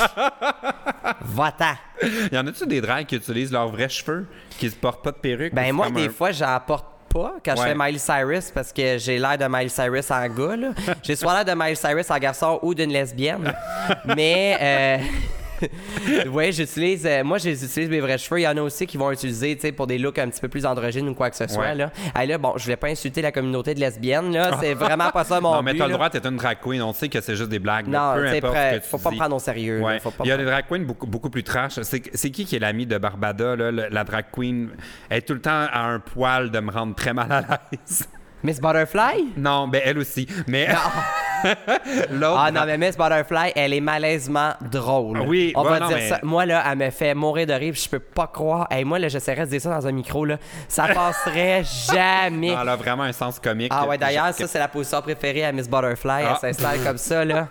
Va-t'en. Y en a-tu des drags qui utilisent leurs vrais cheveux, qui se portent pas de perruque? ou Ben c'est moi, comme des un- fois, j'en porte pas quand je Ouais. fais Miley Cyrus parce que j'ai l'air de Miley Cyrus en gars, là. J'ai soit l'air de Miley Cyrus en garçon ou d'une lesbienne. Mais, euh... oui, j'utilise... euh, moi, j'utilise mes vrais cheveux. Il y en a aussi qui vont utiliser, tu sais, pour des looks un petit peu plus androgynes ou quoi que ce soit, Ouais. là. Hey, là, bon, je voulais pas insulter la communauté de lesbiennes, là. C'est vraiment pas ça mon Non, mais but, t'as le là. droit, t'es une drag queen, on sait que c'est juste des blagues. là. Non, Peu tu sais, importe pre- ce que tu faut pas dis. me prendre au sérieux, là. Ouais. Faut pas Il y a prendre- des drag queens beaucoup, beaucoup plus trash. C'est, c'est qui qui est l'amie de Barbada, là? Le- la drag queen? Elle est tout le temps à un poil de me rendre très mal à l'aise. Miss Butterfly? Non, ben elle aussi. Mais l'autre... Ah non, mais Miss Butterfly, elle est malaisement drôle. Oui, on ouais, va non, dire mais- ça. Moi, là, elle me fait mourir de rire. Je peux pas croire. Hey, moi, là, j'essaierais de dire ça dans un micro, là. Ça passerait jamais. Non, elle a vraiment un sens comique. Ah ouais, d'ailleurs, Je- ça, c'est la position préférée à Miss Butterfly. Ah. Elle s'installe comme ça, là.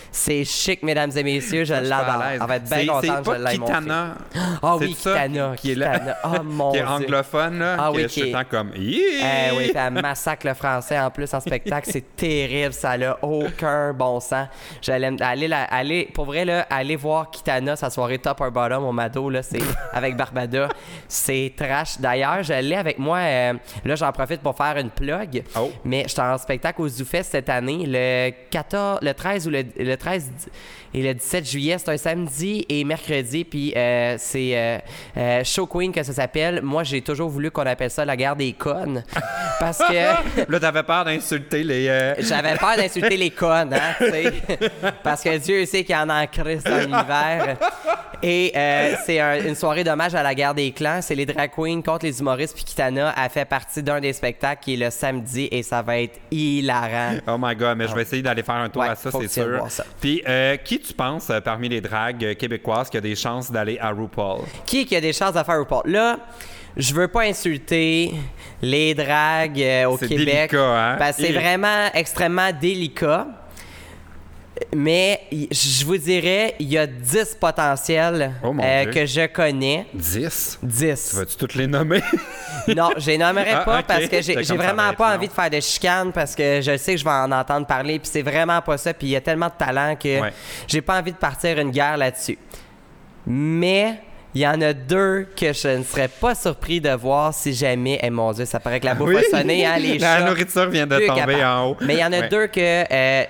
C'est chic, mesdames et messieurs, je l'adore. Elle va être bien contente, je l'aime, mon fils. Ah oui, Kitana. Qui est Kitana. Oh mon qui Dieu. est anglophone, là. Ah qui oui, est qui est... temps comme... Eh oui, elle massacre le français en plus en spectacle. C'est terrible, ça n'a aucun bon sens. J'allais aller, la, aller, pour vrai, là, aller voir Kitana, sa soirée top or bottom au Mado, là, c'est avec Barbada. C'est trash. D'ailleurs, je l'ai avec moi. Euh, là, j'en profite pour faire une plug. Oh. Mais j'étais en spectacle au ZooFest cette année, le quatorze, le treize ou le, le treize et le dix-sept juillet. C'est un samedi et mercredi. Puis euh, c'est euh, euh, Show Queen que ça s'appelle. Moi, j'ai toujours voulu qu'on appelle ça la guerre des connes. Parce que... Là, t'avais peur d'insulter les... Euh... J'avais peur d'insulter les connes, hein, tu sais. Parce que Dieu sait qu'il y en a en crise dans l'univers. Et euh, c'est un, une soirée d'hommage à la guerre des clans. C'est les drag queens contre les humoristes. Puis Kitana a fait partie d'un des spectacles qui est le samedi et ça va être hilarant. Oh my God, mais je vais essayer d'aller faire un tour ouais, à ça, c'est sûr. Puis euh, qui tu penses, euh, parmi les dragues québécoises, qui a des chances d'aller à RuPaul? Qui qui a des chances de faire RuPaul? Là, je veux pas insulter les dragues euh, au c'est Québec. Délicat, hein? Parce que c'est Et... vraiment extrêmement délicat. Mais je vous dirais, il y a dix potentiels oh euh, que je connais. dix? dix. Tu vas-tu toutes les nommer? Non, je les nommerai ah, pas okay. parce que j'ai, j'ai vraiment pas envie de faire de chicane parce que je sais que je vais en entendre parler puis c'est vraiment pas ça. Puis il y a tellement de talent que ouais. j'ai pas envie de partir une guerre là-dessus. Mais... il y en a deux que je ne serais pas surpris de voir si jamais... Eh mon Dieu, ça paraît que la bouffe oui. a sonné, hein, les chats. La nourriture vient de tomber capable. En haut. Mais il y en a ouais. deux que euh,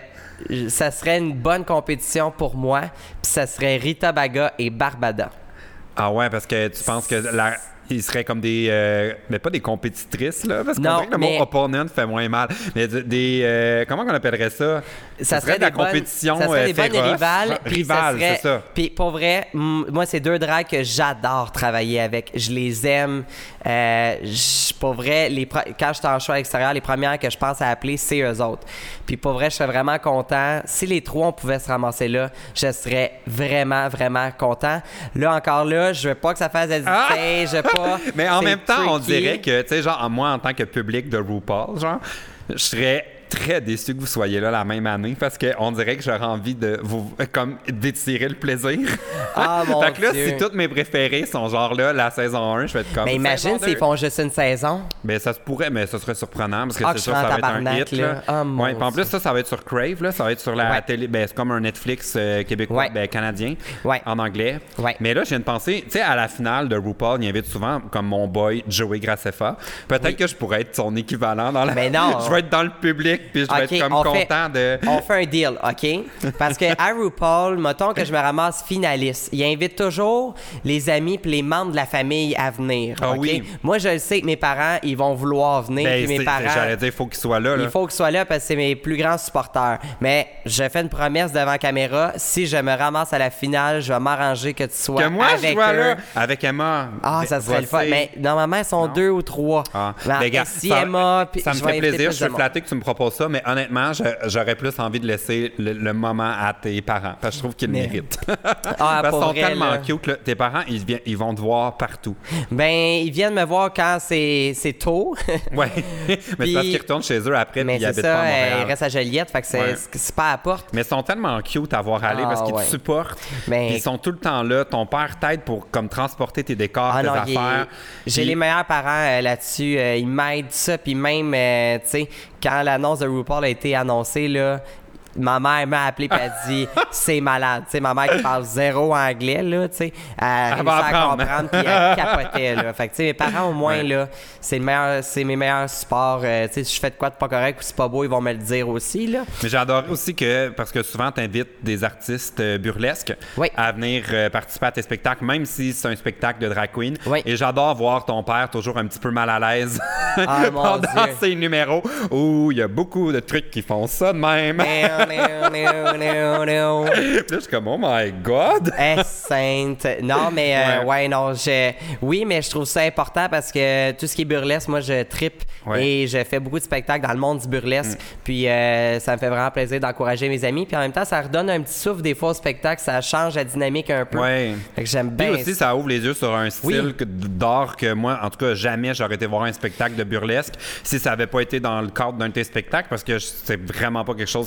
ça serait une bonne compétition pour moi. Puis ça serait Rita Baga et Barbada. Ah ouais, parce que tu penses que la... ils seraient comme des... Euh, mais pas des compétitrices, là, parce qu'on non, dirait que le mais... mot opponent fait moins mal. Mais des... Euh, comment on appellerait ça? Ça, ça serait, serait de la bonnes, compétition ça serait euh, des bonnes féroce. rivales. Rivales, serait... c'est ça. Puis pour vrai, m- moi, c'est deux drags que j'adore travailler avec. Je les aime. Euh, j- pour vrai, les pro... quand je suis en show à l'extérieur, les premières que je pense à appeler, c'est eux autres. Puis pour vrai, je serais vraiment content. Si les trois, on pouvait se ramasser là, je serais vraiment, vraiment content. Là, encore là, je veux pas que ça fasse hésiter. Ah! Je veux pas... Mais en c'est même temps, tricky. On dirait que, tu sais, genre, moi, en tant que public de RuPaul, genre, je serais très déçu que vous soyez là la même année parce qu'on dirait que j'aurais envie de vous, comme, d'étirer le plaisir. Ah, mon Fait que là, Dieu. si toutes mes préférés sont genre là, la saison un, je vais être comme... Mais imagine s'ils font juste une saison. Ben, ça se pourrait, mais ça serait surprenant parce que ah, c'est sûr que ça va être un hit. Là. Là. Oh, mon ouais, en plus, ça, ça va être sur Crave, là, ça va être sur la ouais. télé. Ben, c'est comme un Netflix euh, québécois, ouais. ben, canadien, ouais. en anglais. Ouais. Mais là, je viens de penser, tu sais, à la finale de RuPaul, il invite souvent comme mon boy Joey Graceffa. Peut-être oui. que je pourrais être son équivalent dans la. Mais non. Je vais être dans le public puis je vais okay, être comme content fait, de. On fait un deal, OK? Parce que à RuPaul, mettons que je me ramasse finaliste, il invite toujours les amis puis les membres de la famille à venir. Ah, okay? oui. Moi, je le sais que mes parents, ils vont vouloir venir. Ben, puis mes parents, j'allais dire, il faut qu'ils soient là, là. Il faut qu'ils soient là parce que c'est mes plus grands supporters. Mais je fais une promesse devant caméra. Si je me ramasse à la finale, je vais m'arranger que tu sois que moi, avec je sois eux. Là, avec Emma. Ah, ça serait le fun. Mais normalement, ils sont non. deux ou trois. Ah. Ben, les gars, si ça, Emma, puis ça me je fait plaisir. Je suis flatté flatté que tu me proposes ça, mais honnêtement, je, j'aurais plus envie de laisser le, le moment à tes parents parce que je trouve qu'ils mais... le méritent. Ah, parce qu'ils sont vrai, tellement là. cute. Là. Tes parents, ils, viennent, ils vont te voir partout. Ben, ils viennent me voir quand c'est, c'est tôt. Oui, mais puis, c'est parce qu'ils retournent chez eux après mais puis ils habitent ça, pas à Montréal. Ils restent à Joliette, fait que c'est, ouais. c'est, c'est pas à la porte. Mais ils sont tellement cute à voir aller ah, parce qu'ils ouais. te supportent. Mais... Ils sont tout le temps là. Ton père t'aide pour comme transporter tes décors, ah, tes non, affaires. Est... J'ai puis... les meilleurs parents euh, là-dessus. Euh, ils m'aident ça, puis même, euh, tu sais, quand l'annonce de RuPaul a été annoncée, là, ma mère m'a appelé et a dit c'est malade. Tu sais, ma mère qui parle zéro anglais, là, tu sais, elle a réussi à comprendre puis elle capotait. Là. Fait que, tu sais, mes parents, au moins, ouais. là, c'est, le meilleur, c'est mes meilleurs supports. Euh, tu sais, si je fais de quoi de pas correct ou c'est pas beau, ils vont me le dire aussi. Là. Mais j'adore aussi que, parce que souvent, tu invites des artistes euh, burlesques oui. à venir euh, participer à tes spectacles, même si c'est un spectacle de drag queen. Oui. Et j'adore voir ton père toujours un petit peu mal à l'aise ah, pendant Dieu. ses numéros où il y a beaucoup de trucs qui font ça de même. No, no, no, no. Là, je suis comme, oh my God! Eh, sainte. Non, mais euh, ouais. ouais, non, je... oui, mais je trouve ça important parce que tout ce qui est burlesque, moi, je trippe ouais. et je fais beaucoup de spectacles dans le monde du burlesque. Mm. Puis euh, ça me fait vraiment plaisir d'encourager mes amis. Puis en même temps, ça redonne un petit souffle des fois au spectacle, ça change la dynamique un peu. Ouais. Fait que j'aime bien. Puis aussi, ça ouvre les yeux sur un style oui. que, d'art que moi, en tout cas, jamais j'aurais été voir un spectacle de burlesque si ça n'avait pas été dans le cadre d'un de tes spectacles parce que c'est vraiment pas quelque chose, qui, ben pas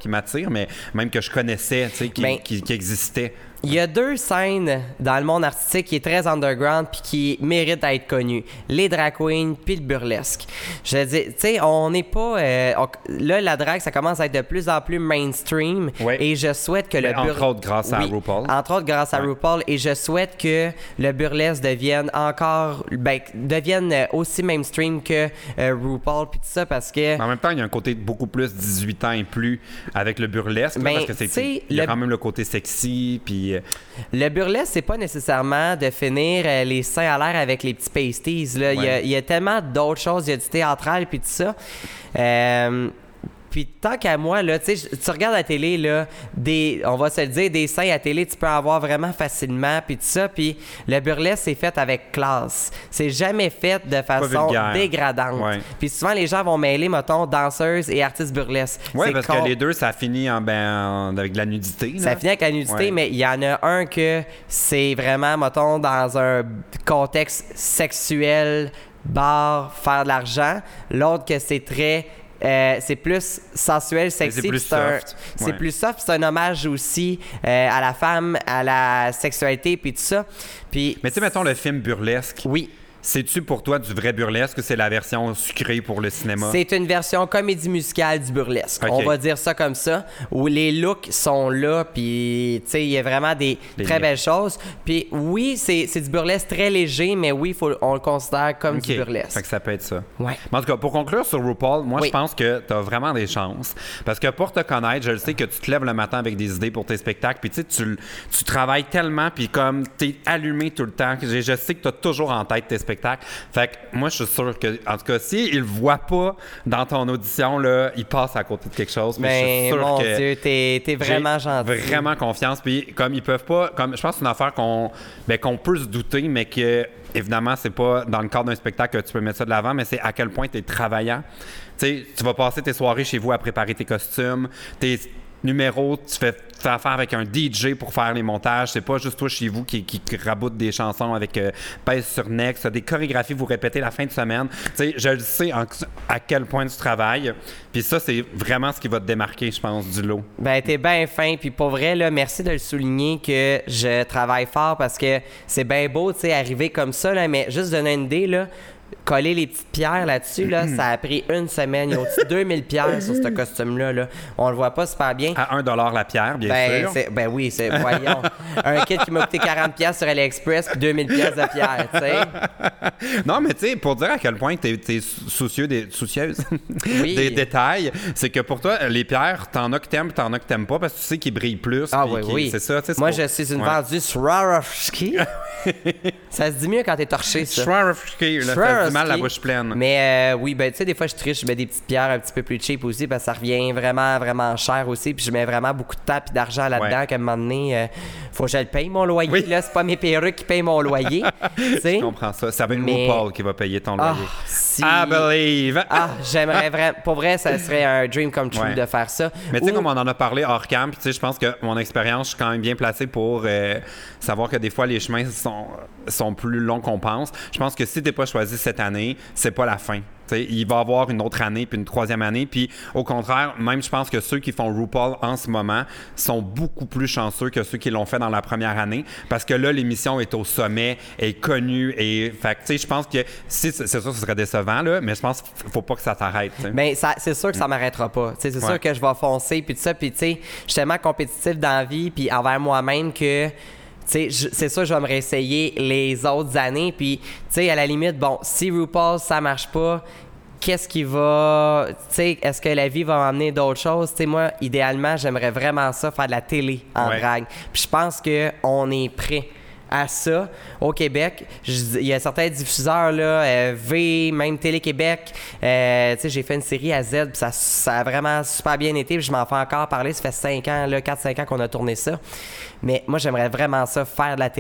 qui m'attire, mais même que je connaissais, tu sais, qui, Ben, qui, qui existait. Il y a deux scènes dans le monde artistique qui est très underground puis qui méritent d'être connues. Les drag queens puis le burlesque. Je dis, tu sais, on n'est pas... Euh, on- là, la drague, ça commence à être de plus en plus mainstream. Ouais. Et je souhaite que Mais le bur- entre autres grâce à Oui, RuPaul. Entre autres grâce à Ouais. RuPaul. Et je souhaite que le burlesque devienne encore... Ben, devienne euh, aussi mainstream que euh, RuPaul puis tout ça parce que... Mais en même temps, il y a un côté beaucoup plus dix-huit ans et plus avec le burlesque, là, Ben, parce que c'est tu sais, il y a le- quand même le côté sexy, puis... euh, Le burlesque, c'est pas nécessairement de finir euh, les seins à l'air avec les petits pasties. Là. Il, y a, Ouais. il y a tellement d'autres choses. Il y a du théâtral puis tout ça. Euh, Puis tant qu'à moi, là, tu sais, tu regardes la télé, là, des, on va se le dire, des seins à télé, tu peux en avoir vraiment facilement, puis tout ça. Puis le burlesque, c'est fait avec classe. C'est jamais fait de façon vulgaire. dégradante. Ouais. Puis souvent, les gens vont mêler, mettons, danseuses et artistes burlesques. Ouais, C'est parce con- que les deux, ça finit en, ben, en- avec de la nudité. Ça là. finit avec la nudité, Ouais. mais il y en a un que c'est vraiment, mettons, dans un contexte sexuel, bar, faire de l'argent. L'autre que c'est très... euh, c'est plus sensuel, sexy. c'est plus puis un- soft. C'est Ouais. plus soft. C'est un hommage aussi euh, à la femme, à la sexualité, puis tout ça. Puis, Mais tu sais, mettons le film burlesque. oui. C'est-tu pour toi du vrai burlesque ou c'est la version sucrée pour le cinéma? C'est une version comédie musicale du burlesque. Ok. On va dire ça comme ça, où les looks sont là, puis tu sais, il y a vraiment des Les très looks. belles choses. Puis oui, c'est c'est du burlesque très léger, mais oui, faut, on le considère comme Ok. du burlesque. Fait que ça peut être ça. Ouais. Mais en tout cas, pour conclure sur RuPaul, moi, Oui. je pense que tu as vraiment des chances. Parce que pour te connaître, je le sais que tu te lèves le matin avec des idées pour tes spectacles, puis tu sais, tu, tu travailles tellement, puis comme tu es allumé tout le temps, que je, je sais que tu as toujours en tête tes spectacles. Fait que moi, je suis sûr que, en tout cas, s'il le voit pas dans ton audition, là, il passe à côté de quelque chose. Puis je suis Mais sûr mon que Dieu, t'es t'es vraiment j'ai gentil. Vraiment confiance. Puis comme ils peuvent pas, comme je pense que c'est une affaire qu'on ben, qu'on peut se douter, mais que évidemment c'est pas dans le cadre d'un spectacle que tu peux mettre ça de l'avant, mais c'est à quel point tu es travaillant. Tu sais, tu vas passer tes soirées chez vous à préparer tes costumes, tes numéros, tu fais, tu fais affaire avec un D J pour faire les montages. C'est pas juste toi chez vous qui, qui, qui raboute des chansons avec euh, pèse sur next, des chorégraphies, vous répétez la fin de semaine. Tu sais, je le sais en- à quel point tu travailles. Puis ça, c'est vraiment ce qui va te démarquer, je pense, du lot. Ben, t'es bien fin. Puis pour vrai, là, merci de le souligner que je travaille fort parce que c'est bien beau, tu sais, arriver comme ça, là, mais juste donner une idée, là, coller les petites pierres là-dessus, là, ça a pris une semaine. Il y a au-dessus de deux mille pierres sur ce costume-là. Là. On le voit pas super bien. À un dollar la pierre, bien Ben, sûr. c'est- ben oui, c'est, voyons. Un kit qui m'a coûté quarante pièces sur AliExpress puis deux mille pièces de pierre, tu sais. Non, mais tu sais, pour dire à quel point tu es soucieux des, soucieuse Oui. des détails, c'est que pour toi, les pierres, t'en as que t'aimes, t'en as que t'aimes pas, parce que tu sais qu'ils brillent plus. Ah puis oui, qu'ils- oui. C'est ça, tu sais. c'est Moi, pour- je suis une Ouais. vendue Swarovski. Ça se dit mieux quand t'es torché, ça. Swarovski, là, ça fait du mal la Swarovski. bouche pleine. Mais euh, oui, ben tu sais, des fois je triche, je mets des petites pierres un petit peu plus cheap aussi parce que ça revient vraiment, vraiment cher aussi. Puis je mets vraiment beaucoup de temps et d'argent là-dedans Ouais. qu'à un moment donné, euh, faut que je le paye mon loyer. Oui. Là, c'est pas mes perruques qui payent mon loyer. Tu sais? Je comprends ça. Ça va être Mais- RuPaul qui va payer ton Ah, loyer. si- I believe. Ah, j'aimerais vraiment. Pour vrai, ça serait un dream come true Ouais. de faire ça. Mais tu sais, Ou- comme on en a parlé hors cam, puis tu sais, je pense que mon expérience, je suis quand même bien placé pour euh, savoir que des fois, les chemins sont, sont plus longs qu'on pense. Je pense que si t'es pas choisi cette année, c'est pas la fin. Tu sais, il va y avoir une autre année, puis une troisième année. Puis au contraire, même je pense que ceux qui font RuPaul en ce moment sont beaucoup plus chanceux que ceux qui l'ont fait dans la première année. Parce que là, l'émission est au sommet, est connue. Et fait que, tu sais, je pense que si, c'est sûr que ce serait décevant, là, mais je pense qu'il faut pas que ça t'arrête. tu sais. Mais ça, c'est sûr que ça m'arrêtera pas. Tu sais, c'est Ouais. sûr que je vais foncer puis tout ça. Puis tu sais, je suis tellement compétitif dans la vie puis envers moi-même que tu sais, je- c'est sûr je vais me réessayer les autres années. Puis tu sais, à la limite, bon, si RuPaul ça marche pas, qu'est-ce qui va, tu sais, est-ce que la vie va m'amener d'autres choses? Tu sais, moi, idéalement, j'aimerais vraiment ça, faire de la télé en Ouais. drague. Puis je pense que on est prêt à ça au Québec. Je- Il y a certains diffuseurs, là, euh, V, même Télé-Québec. Euh, tu sais, j'ai fait une série à Z, puis ça, ça a vraiment super bien été, puis je m'en fais encore parler. Ça fait cinq ans, là, quatre cinq ans qu'on a tourné ça. Mais moi, j'aimerais vraiment ça, faire de la télé.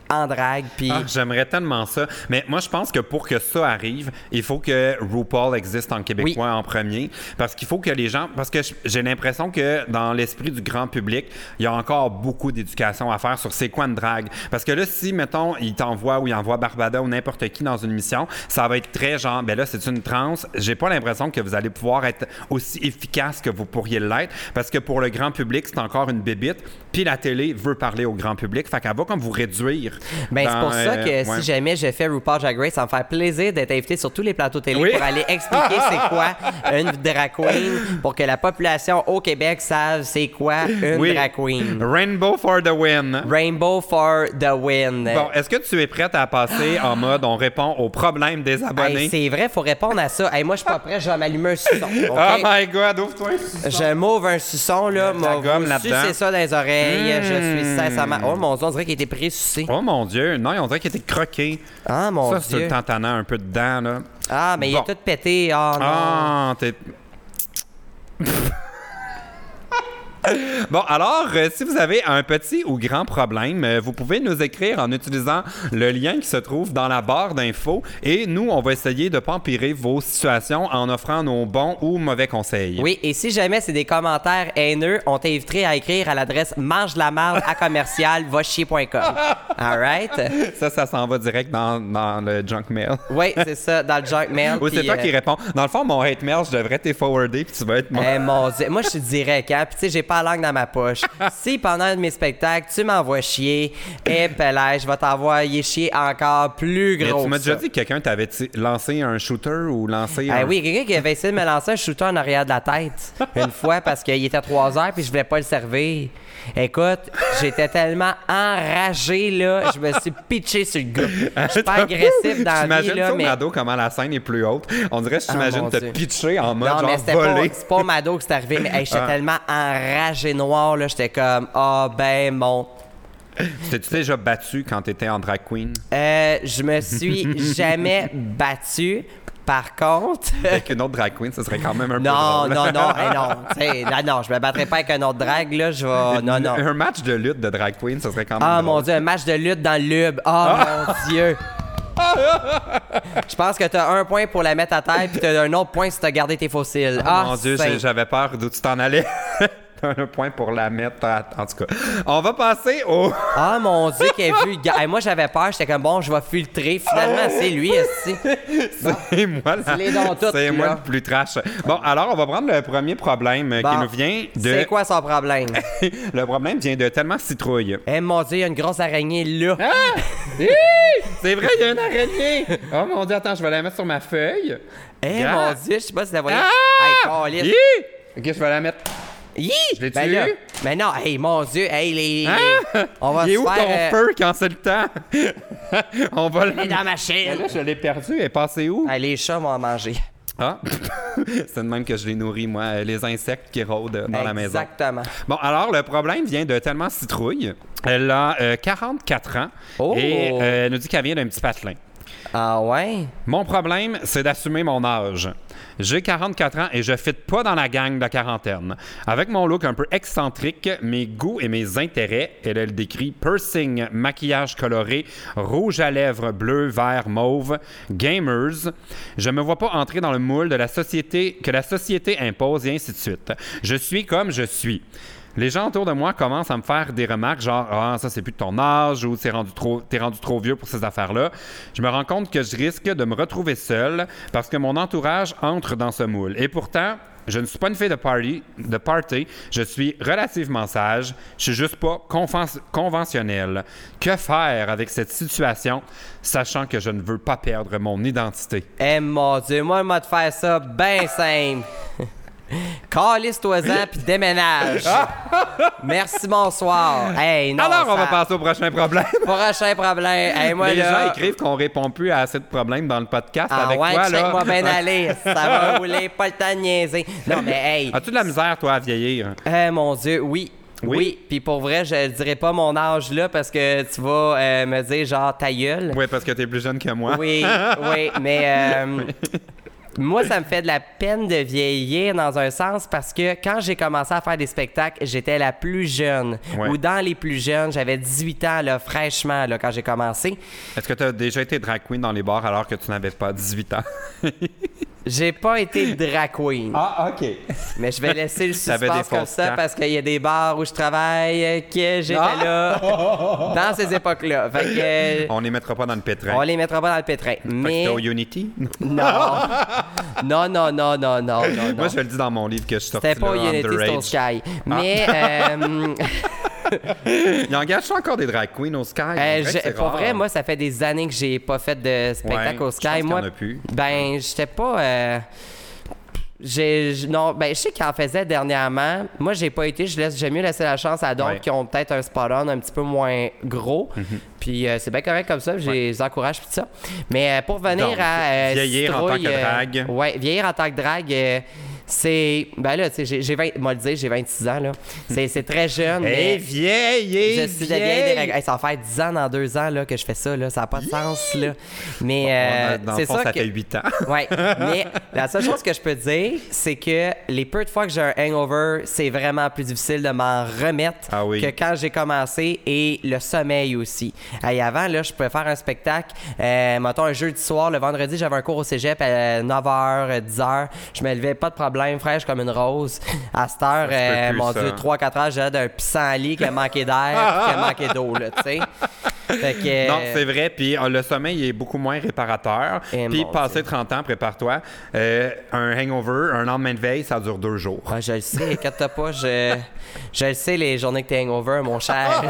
en drague. Puis... Ah, j'aimerais tellement ça. Mais moi, je pense que pour que ça arrive, il faut que RuPaul existe en québécois oui. en premier. Parce qu'il faut que les gens... Parce que j'ai l'impression que dans l'esprit du grand public, il y a encore beaucoup d'éducation à faire sur c'est quoi une drague. Parce que là, si, mettons, il t'envoie ou il envoie Barbada ou n'importe qui dans une mission, ça va être très genre, ben là, c'est une transe. J'ai pas l'impression que vous allez pouvoir être aussi efficace que vous pourriez l'être. Parce que pour le grand public, c'est encore une bébite. Puis la télé veut parler au grand public. Fait qu'elle va comme vous réduire. Ben, dans, c'est pour ça que euh, si ouais. jamais je fais RuPaul Drag Race, ça me fait plaisir d'être invité sur tous les plateaux télé oui. pour aller expliquer c'est quoi une drag queen pour que la population au Québec sache c'est quoi une oui. drag queen. Rainbow for the win. Rainbow for the win. Bon, est-ce que tu es prête à passer en mode on répond aux problèmes des abonnés? Hey, c'est vrai, faut répondre à ça. Hey, moi, je suis pas prêt, je vais m'allumer un suçon. Okay? Oh my God, ouvre-toi un suçon. Je m'ouvre un suçon, là. La gomme là-dedans. C'est ça dans les oreilles. Mmh. Je suis sincèrement... Oh mon Dieu, on dirait qu'il était présucé. Oh mon Dieu, non, on dirait qu'il était croqué. Ah mon ça, Dieu. Ça, c'est le tantanant un peu dedans, là. Ah, mais bon. Il est tout pété. Oh non. Ah, t'es... Bon, alors, euh, si vous avez un petit ou grand problème, euh, vous pouvez nous écrire en utilisant le lien qui se trouve dans la barre d'infos et nous, on va essayer de ne pas empirer vos situations en offrant nos bons ou mauvais conseils. Oui, et si jamais c'est des commentaires haineux, on t'inviterait à écrire à l'adresse mange la marde à commercial va chier point com. All right? Ça, ça s'en va direct dans, dans le junk mail. Oui, c'est ça, dans le junk mail. Ou c'est toi euh... qui réponds. Dans le fond, mon hate mail, je devrais t'y forwarder puis tu vas être... Mon... Eh, mon Dieu. Moi, je suis direct, hein? Puis tu sais, j'ai pas la langue dans ma poche. Si pendant mes spectacles, tu m'envoies chier, eh, pelage, je vais t'envoyer chier encore plus gros. Mais tu m'as déjà ça. dit que quelqu'un t'avait t- lancé un shooter ou lancé eh un... Oui, quelqu'un qui avait essayé de me lancer un shooter en arrière de la tête une fois parce qu'il était trois heures puis je voulais pas le servir. Écoute, j'étais tellement enragé, là, je me suis pitché sur le gars. Je suis pas agressif dans la vie, là, mais... Mado, comment la scène est plus haute. On dirait que je t'imagine oh, te pitcher en mode non, genre mais c'était volé. Pas, c'est pas Mado que c'est arrivé, mais hey, j'étais ah. tellement enragé noir, là, j'étais comme, ah oh, ben mon... T'es-tu déjà battu quand t'étais en drag queen? Euh, je me suis jamais battu. Par contre... Avec une autre drag queen, ça serait quand même un non, peu drôle. Non, non, hey, non, hey, non. Non, je me battrais pas avec un autre drag, là, je vais... Non, non. Un match de lutte de drag queen, ça serait quand même Ah, drôle. mon Dieu, un match de lutte dans le lube. Oh, ah. mon Dieu. Je pense que t'as un point pour la mettre à terre, puis t'as un autre point si t'as gardé tes fossiles. Oh, ah, mon Dieu, c'est... j'avais peur d'où tu t'en allais. Un point pour la mettre, à... en tout cas. On va passer au... Ah, mon Dieu, qu'elle est vulgaire. Hey, moi, j'avais peur. J'étais comme, bon, je vais filtrer. Finalement, c'est lui, aussi. C'est bon. moi, là. Les dons toutes, c'est moi là. le plus trash. Bon, alors, on va prendre le premier problème bon, qui nous vient de... C'est quoi son problème? Le problème vient de tellement citrouille. Eh, hey, mon Dieu, il y a une grosse araignée, là. Ah! C'est vrai, il y a une araignée. Oh, mon Dieu, attends, je vais la mettre sur ma feuille. Eh, hey, mon Dieu, je sais pas si la voyez. Ah! Hey, OK, je vais la mettre... Yi! Je l'ai ben tué? Là, mais non, hey, mon Dieu, hey, les... Ah! On va il est se où faire, ton euh... feu quand c'est le temps? On va le... Il est dans ma chaîne. Ben là, je l'ai perdu. Elle est passée où? Hey, les chats vont en manger. Ah! C'est de même que je les nourris, moi, les insectes qui rôdent dans Exactement. la maison. Exactement. Bon, alors, le problème vient de Tellement Citrouille. Elle a euh, quarante-quatre ans oh. et euh, elle nous dit qu'elle vient d'un petit patelin. Ah ouais? Mon problème, c'est d'assumer mon âge. J'ai quarante-quatre ans et je ne fit pas dans la gang de la quarantaine. Avec mon look un peu excentrique, mes goûts et mes intérêts, elle, elle décrit piercing, maquillage coloré, rouge à lèvres bleu, vert, mauve, gamers. Je me vois pas entrer dans le moule de la société que la société impose et ainsi de suite. Je suis comme je suis. Les gens autour de moi commencent à me faire des remarques genre « Ah, ça, c'est plus de ton âge » ou « T'es rendu trop, t'es rendu trop vieux pour ces affaires-là ». Je me rends compte que je risque de me retrouver seul parce que mon entourage entre dans ce moule. Et pourtant, je ne suis pas une fille de party, de party. Je suis relativement sage. Je suis juste pas conven- conventionnel. Que faire avec cette situation, sachant que je ne veux pas perdre mon identité? Eh mon Dieu, moi, je vais te faire ça bien simple. Calisse-toi-en puis déménage. Merci, bonsoir. Hey, non, Alors, ça... on va passer au prochain problème. Prochain problème. Hey, moi, les là... gens écrivent qu'on répond plus à assez de problèmes dans le podcast. Ah avec ouais, toi, là. check-moi bien aller. Ça va rouler, pas le temps de niaiser. Non, mais hey... As-tu de la misère, toi, à vieillir? Eh, mon Dieu, oui. Oui. Oui, puis pour vrai, je dirais pas mon âge là parce que tu vas euh, me dire genre ta gueule. Oui, parce que t'es plus jeune que moi. Oui, oui, mais... Euh... Moi, ça me fait de la peine de vieillir dans un sens parce que quand j'ai commencé à faire des spectacles, j'étais la plus jeune. Ouais. Ou dans les plus jeunes, j'avais dix-huit ans, là, fraîchement, là, quand j'ai commencé. Est-ce que tu as déjà été drag queen dans les bars alors que tu n'avais pas dix-huit ans? J'ai pas été drag queen. Ah, OK. Mais je vais laisser le T'avais des suspense comme fausses ça cartes. parce qu'il y a des bars où je travaille euh, que j'étais Ah! là dans ces époques-là. Fait que euh, On les mettra pas dans le pétrin. on les mettra pas dans le pétrin. Fait que Mais c'était au Unity? non. non, non, non, non, non, non, non. Moi, je le dis dans mon livre que je suis sorti C'était pas là, Unity, c'était au underage. Sky. Mais euh, Il engage encore des drag queens au Sky? On euh, dirait que je- c'est pour rare. vrai, moi, ça fait des années que j'ai pas fait de spectacle Ouais, au je Sky. pense qu'il y Moi, en a plus. ben, j'étais pas. euh, J'ai, j- non, ben, je sais qu'ils en faisaient dernièrement. Moi, j'ai pas été. Je laisse, j'aime mieux laisser la chance à d'autres Ouais. qui ont peut-être un spot-on un petit peu moins gros. Puis euh, c'est bien correct comme ça. Je les encourage puis tout ça. Mais euh, pour venir Donc, à euh, vieillir en tant Citrouille, que euh, drague. ouais, vieillir en tant que drague. euh, c'est. Ben là, tu sais, j'ai, j'ai vingt, moi le dire, j'ai vingt-six ans, là. C'est, c'est très jeune. Hey, mais vieille, hey, je suis de vieille vieille! drague. Hey, ça va faire dix ans dans deux ans là, que je fais ça, là. Ça n'a pas de sens, là. Mais On a- euh, dans le c'est fond, ça, ça que. fait huit ans. Ouais, mais la seule chose que je peux dire, c'est que les peu de fois que j'ai un hangover, c'est vraiment plus difficile de m'en remettre Ah oui. que quand j'ai commencé, et le sommeil aussi. Hey, avant, là, je pouvais faire un spectacle, euh, mettons un jeudi soir, le vendredi, j'avais un cours au cégep à neuf heures, dix heures. Je me levais pas de problème, fraîche comme une rose. À cette heure, Ça se peut euh, plus, mon ça. Dieu, trois quatre heures, j'avais d'un pissenlit qui a manqué d'air puis qui a manqué d'eau, là, tu sais. Fait que, Non, c'est vrai. Puis euh, le sommeil est beaucoup moins réparateur. Eh, Puis mon passé trente ans, prépare-toi. euh, un hangover, un lendemain de veille, ça dure deux jours. Ouais, je le sais, inquiète-toi pas, je, je le sais, les journées que t'es hangover, mon cher.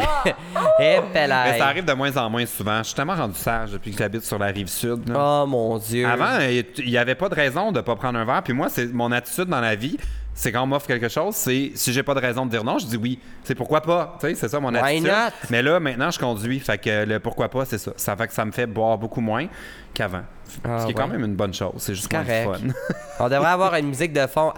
Et Mais ça arrive de moins en moins souvent. Je suis tellement rendu sage depuis que j'habite sur la rive sud. là. Oh mon Dieu. Avant, il n'y avait pas de raison de ne pas prendre un verre. Puis moi, c'est mon attitude dans la vie. C'est quand on m'offre quelque chose, c'est si j'ai pas de raison de dire non, je dis oui. C'est pourquoi pas. Tu sais, c'est ça mon Why attitude. not? Mais là, maintenant, je conduis. Fait que le pourquoi pas, c'est ça. Ça fait que ça me fait boire beaucoup moins qu'avant. Ah, Ce qui est ouais. quand même une bonne chose. C'est juste moins correct. le fun. On devrait avoir une musique de fond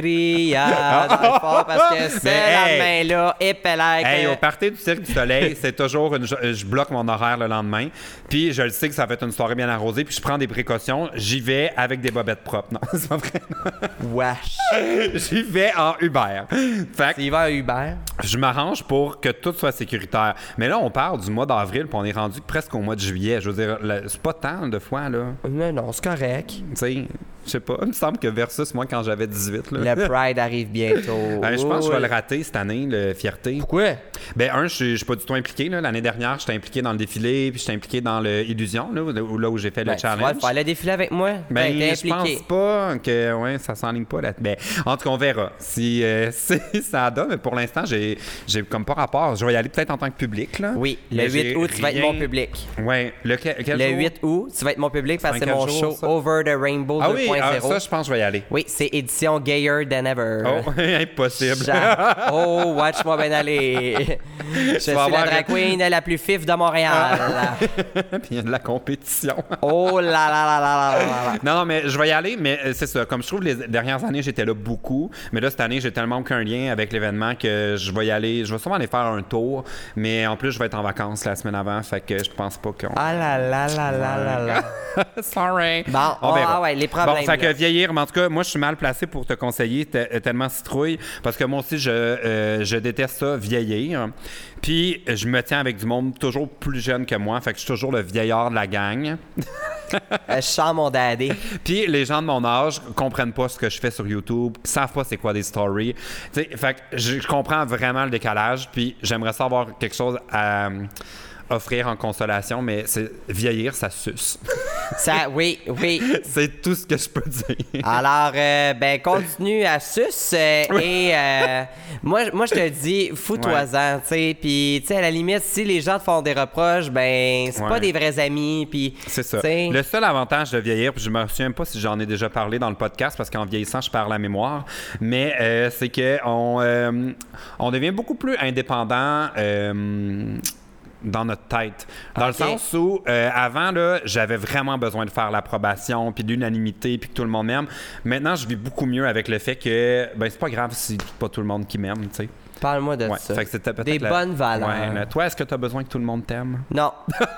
Allegria dans le fond parce que c'est Mais la hey! main là, épelec. Hey, au party du Cirque du Soleil, c'est toujours une. Je, je bloque mon horaire le lendemain. Puis je le sais que ça va être une soirée bien arrosée. Puis je prends des précautions. J'y vais avec des bobettes propres. Non, c'est pas vrai. Wesh. J'y vais en Uber. Fait que Tu y vas à Uber? je m'arrange pour que tout soit sécuritaire. Mais là, on parle du mois d'avril, puis on est rendu presque au mois de juillet. Je veux dire, le- c'est pas tant de fois, là. Non, non, c'est correct. Tu sais, je sais pas. Il me semble que versus moi, quand j'avais dix-huit, là. Le Pride arrive bientôt. Euh, je pense que je vais Oui. le rater cette année, le Fierté. Pourquoi? Ben, un, je suis- je suis pas du tout impliqué. là. L'année dernière, j'étais impliqué dans le défilé, puis j'étais impliqué dans le Illusion, là, où, là où j'ai fait Ben, le tu vas challenge. faire le défilé avec moi. Ben, Ben, t'es je impliqué. pense pas que ouais, ça s'enligne pas là. Ben, en tout cas, on verra. Si, euh, si ça donne, mais pour l'instant, j'ai, j'ai comme pas rapport. Je vais y aller peut-être en tant que public. Là. Oui, le Mais huit j'ai août, tu vas être rien- mon public. Ouais. Le, quel quel Le jour? huit août, tu vas être mon public parce que C'est c'est un mon quel show jour, ça? Over the Rainbow Ah oui, ah, deux point zéro. ça, je pense que je vais y aller. Oui, c'est édition Gayer Than Ever. Oh, impossible. J'a- Oh, watch-moi bien aller. Je suis vas la avoir- drag queen la plus fif de Montréal. Puis il y a de la compétition. Oh là là là là là là là. Non, non, mais je vais y aller, mais euh, c'est ça. Comme je trouve les dernières années, j'étais là beaucoup. Mais là, cette année, j'ai tellement aucun lien avec l'événement que je vais y aller. Je vais sûrement aller faire un tour. Mais en plus, je vais être en vacances la semaine avant. Fait que je pense pas qu'on. Ah là là là là là là. Sorry. Bon, On oh, verra. ah ouais, les problèmes. Bon, fait que là. vieillir, mais en tout cas, moi, je suis mal placé pour te conseiller te- tellement citrouille. Parce que moi aussi, je, euh, je déteste ça, vieillir. Puis, je me tiens avec du monde toujours plus jeune que moi. Fait que je suis toujours le vieillard de la gang. Euh, Je sens mon daddy. Puis les gens de mon âge comprennent pas ce que je fais sur YouTube, savent pas c'est quoi des stories. Tu sais, fait que je, je comprends vraiment le décalage, puis j'aimerais savoir quelque chose à euh, offrir en consolation, mais c'est vieillir, ça suce. Ça, oui, oui. C'est tout ce que je peux dire. Alors, euh, ben, continue à sus euh, et euh, moi, moi, je te dis, fous-toi-en, tu sais. Puis, tu sais, à la limite, si les gens te font des reproches, ben, c'est Ouais. pas des vrais amis. Puis, C'est ça. tu sais, Le seul avantage de vieillir, puis je me souviens pas si j'en ai déjà parlé dans le podcast, parce qu'en vieillissant, je perds la mémoire, mais euh, c'est que on, euh, on devient beaucoup plus indépendant. Euh, dans notre tête. Dans Ok. le sens où, euh, avant, là, j'avais vraiment besoin de faire l'approbation, puis l'unanimité, puis que tout le monde m'aime. Maintenant, je vis beaucoup mieux avec le fait que, ben, c'est pas grave si c'est pas tout le monde qui m'aime, tu sais. parle-moi de Ouais, ça. fait que c'était peut-être Des la- bonnes valeurs. Ouais, là, toi, est-ce que tu as besoin que tout le monde t'aime? Non.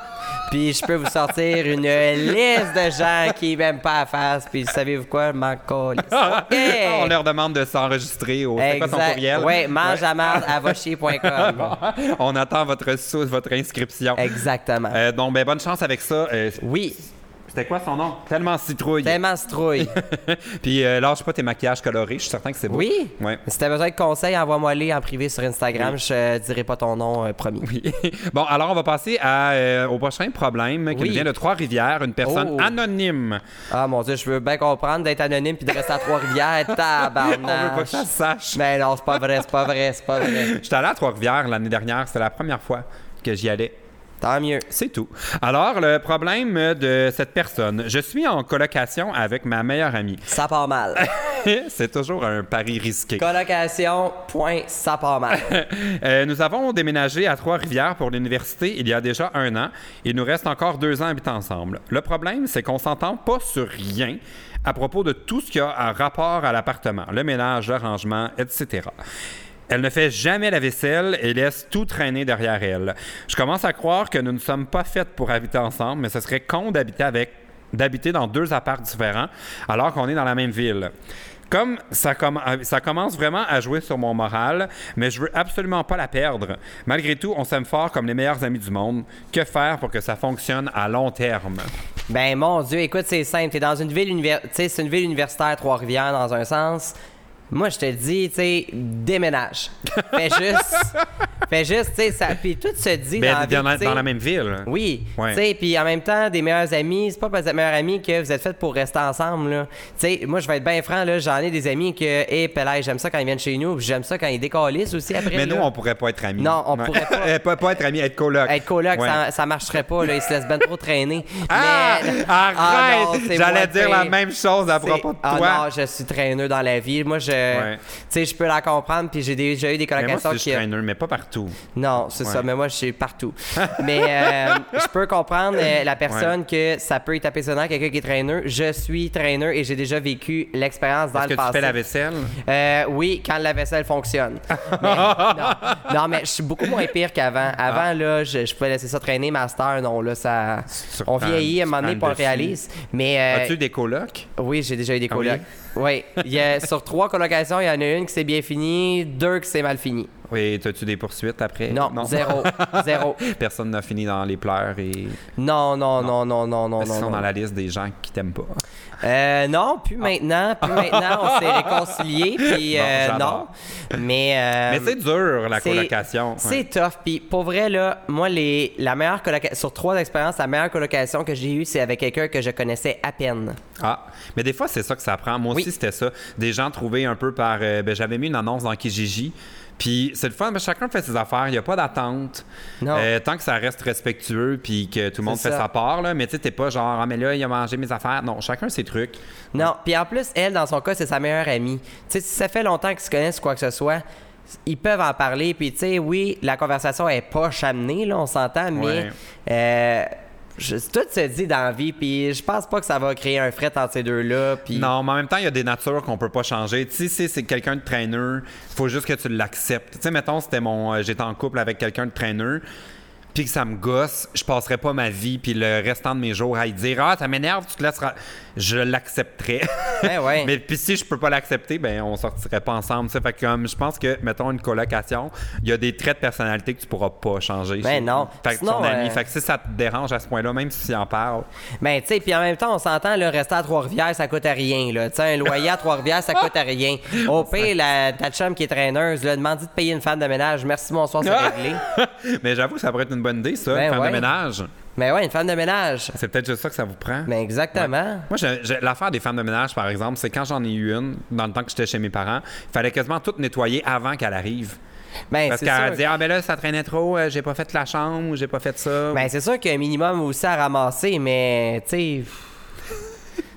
Puis je peux vous sortir une liste de gens qui m'aiment pas à face. Puis savez-vous quoi? Ma colle. OK! On leur demande de s'enregistrer au... C'est quoi son courriel? Oui, mange à marde à vochier point com. On attend votre, sous, votre inscription. Exactement. Euh, donc, ben, bonne chance avec ça. Euh, oui. C'était quoi son nom? Tellement citrouille. Tellement citrouille. Puis euh, lâche pas tes maquillages colorés, je suis certain que c'est beau. Oui. Ouais. Si t'as besoin de conseils, envoie-moi les en privé sur Instagram. Oui. Je euh, dirai pas ton nom, euh, promis. Oui. Bon, alors on va passer à, euh, au prochain problème qui oui. nous vient de Trois-Rivières, une personne oh. anonyme. Ah mon Dieu, je veux bien comprendre d'être anonyme puis de rester à Trois-Rivières. Tabarnak. On veut pas que ça se sache. Mais non, c'est pas vrai, c'est pas vrai, c'est pas vrai. J'étais allé à Trois-Rivières l'année dernière, c'était la première fois que j'y allais. Tant mieux. C'est tout. Alors, le problème de cette personne, je suis en colocation avec ma meilleure amie. Ça part mal. C'est toujours un pari risqué. Colocation, point, ça part mal. euh, nous avons déménagé à Trois-Rivières pour l'université il y a déjà un an. Il nous reste encore deux ans à habiter ensemble. Le problème, c'est qu'on s'entend pas sur rien à propos de tout ce qui a un rapport à l'appartement, le ménage, le rangement, et cetera. Elle ne fait jamais la vaisselle et laisse tout traîner derrière elle. Je commence à croire que nous ne sommes pas faites pour habiter ensemble, mais ce serait con d'habiter avec, d'habiter dans deux apparts différents alors qu'on est dans la même ville. Comme ça, com- ça commence vraiment à jouer sur mon moral, mais je veux absolument pas la perdre. Malgré tout, on s'aime fort comme les meilleurs amis du monde. Que faire pour que ça fonctionne à long terme? Ben mon Dieu, écoute, c'est simple. T'es dans une ville universitaire, tu sais, c'est une ville universitaire, Trois-Rivières, dans un sens. Moi, je te dis, tu sais, déménage. Fais juste. Fais juste, tu sais, ça. Puis tout se dit ben, dans, dans, la vie, dans la même ville. Oui. Ouais. Tu sais, puis en même temps, des meilleurs amis, c'est pas parce que vous êtes meilleurs amis que vous êtes faits pour rester ensemble, là. Tu sais, moi, je vais être bien franc, là, j'en ai des amis que, hé, hey, Pelay, j'aime ça quand ils viennent chez nous, puis j'aime ça quand ils décalissent aussi après. Mais là. nous, on pourrait pas être amis. Non, on ouais. pourrait pas. pas. Pas être amis, être coloc. Être coloc, ouais. ça, ça marcherait pas, là. Ils se laissent bien trop traîner. Ah! Mais... Arrête! Ah, non, j'allais dire pire. la même chose à propos de ah, toi. Non, je suis traîneux dans la vie. Moi, je. Ouais. Tu sais, je peux la comprendre, puis j'ai déjà eu des colocations mais moi, qui. Je suis traîneux, mais pas partout. Non, c'est ouais. ça, mais moi, je suis partout. mais euh, je peux comprendre euh, la personne ouais. que ça peut y taper sur le quelqu'un qui est traîneux. Je suis traîneux et j'ai déjà vécu l'expérience dans Est-ce le que passé. tu fais la vaisselle? Euh, oui, quand la vaisselle fonctionne. mais, non, non, mais je suis beaucoup moins pire qu'avant. Avant, ah. là, je, je pouvais laisser ça traîner. Master, non, là, ça. Sur on vieillit à un moment donné, puis on le réalise. Mais, euh, as-tu eu des colocs? Oui, j'ai déjà eu des colocs. Ah oui. oui. Il y a, sur trois colocations, il y en a une qui s'est bien finie, deux qui s'est mal finie. Oui, as-tu des poursuites après? Non, non. zéro. Zéro. Personne n'a fini dans les pleurs et... Non, non, non, non, non, non, Ils non. sont non. dans la liste des gens qui t'aiment pas. Euh, non, plus ah. maintenant. Plus maintenant, on s'est réconciliés, puis euh, bon, non. Mais, euh, Mais c'est dur, la c'est, colocation. C'est ouais. tough. Puis pour vrai, là, moi, les, la meilleure colocation, sur trois expériences, la meilleure colocation que j'ai eue, c'est avec quelqu'un que je connaissais à peine. Ah, mais des fois, c'est ça que ça prend. Moi aussi, oui. c'était ça. Des gens trouvés un peu par... Euh, ben, j'avais mis une annonce dans Kijiji. Puis c'est le fun, mais chacun fait ses affaires, il n'y a pas d'attente. Euh, tant que ça reste respectueux puis que tout le monde c'est fait ça. Sa part, là, mais tu sais, t'es pas genre, ah, mais là, il a mangé mes affaires. Non, chacun ses trucs. Non, puis en plus, elle, dans son cas, c'est sa meilleure amie. Tu sais, si ça fait longtemps qu'ils se connaissent ou quoi que ce soit, ils peuvent en parler. Puis tu sais, oui, la conversation est pas chamenée, là, on s'entend, mais... Ouais. Euh, Je, tout se dit dans la vie, puis je pense pas que ça va créer un fret entre ces deux-là. Pis... Non, mais en même temps, il y a des natures qu'on peut pas changer. Tu sais, si c'est quelqu'un de traîneux, il faut juste que tu l'acceptes. Tu sais, mettons, c'était mon, euh, j'étais en couple avec quelqu'un de traîneux, puis que ça me gosse, je passerais pas ma vie, puis le restant de mes jours à y dire « Ah, ça m'énerve, tu te laisseras... » Je l'accepterais. Ben ouais. Mais puis si je peux pas l'accepter, ben on sortirait pas ensemble. Fait que comme je pense que, mettons, une colocation, il y a des traits de personnalité que tu pourras pas changer. Ben non. Fait que Sinon, ton ami. euh... Fait que si ça te dérange à ce point-là, même si tu en parles. Ben tu sais, puis en même temps, on s'entend, le rester à Trois-Rivières, ça coûte à rien. Tu sais, un loyer à Trois-Rivières, ça coûte à rien. Au pire, la, ta chum qui est traîneuse, là, demande de payer une femme de ménage. Merci, bonsoir, c'est réglé. Mais j'avoue, ça pourrait être une bonne idée, ça, ben une femme ouais. de ménage. Mais ouais, une femme de ménage. C'est peut-être juste ça que ça vous prend. Mais exactement. Ouais. Moi, j'ai, j'ai, l'affaire des femmes de ménage, par exemple, c'est quand j'en ai eu une, dans le temps que j'étais chez mes parents, il fallait quasiment tout nettoyer avant qu'elle arrive. Ben, Parce c'est qu'elle sûr. disait, ah, ben là, ça traînait trop, euh, j'ai pas fait la chambre ou j'ai pas fait ça. Ben, c'est sûr qu'il y a un minimum aussi à ramasser, mais, tu sais.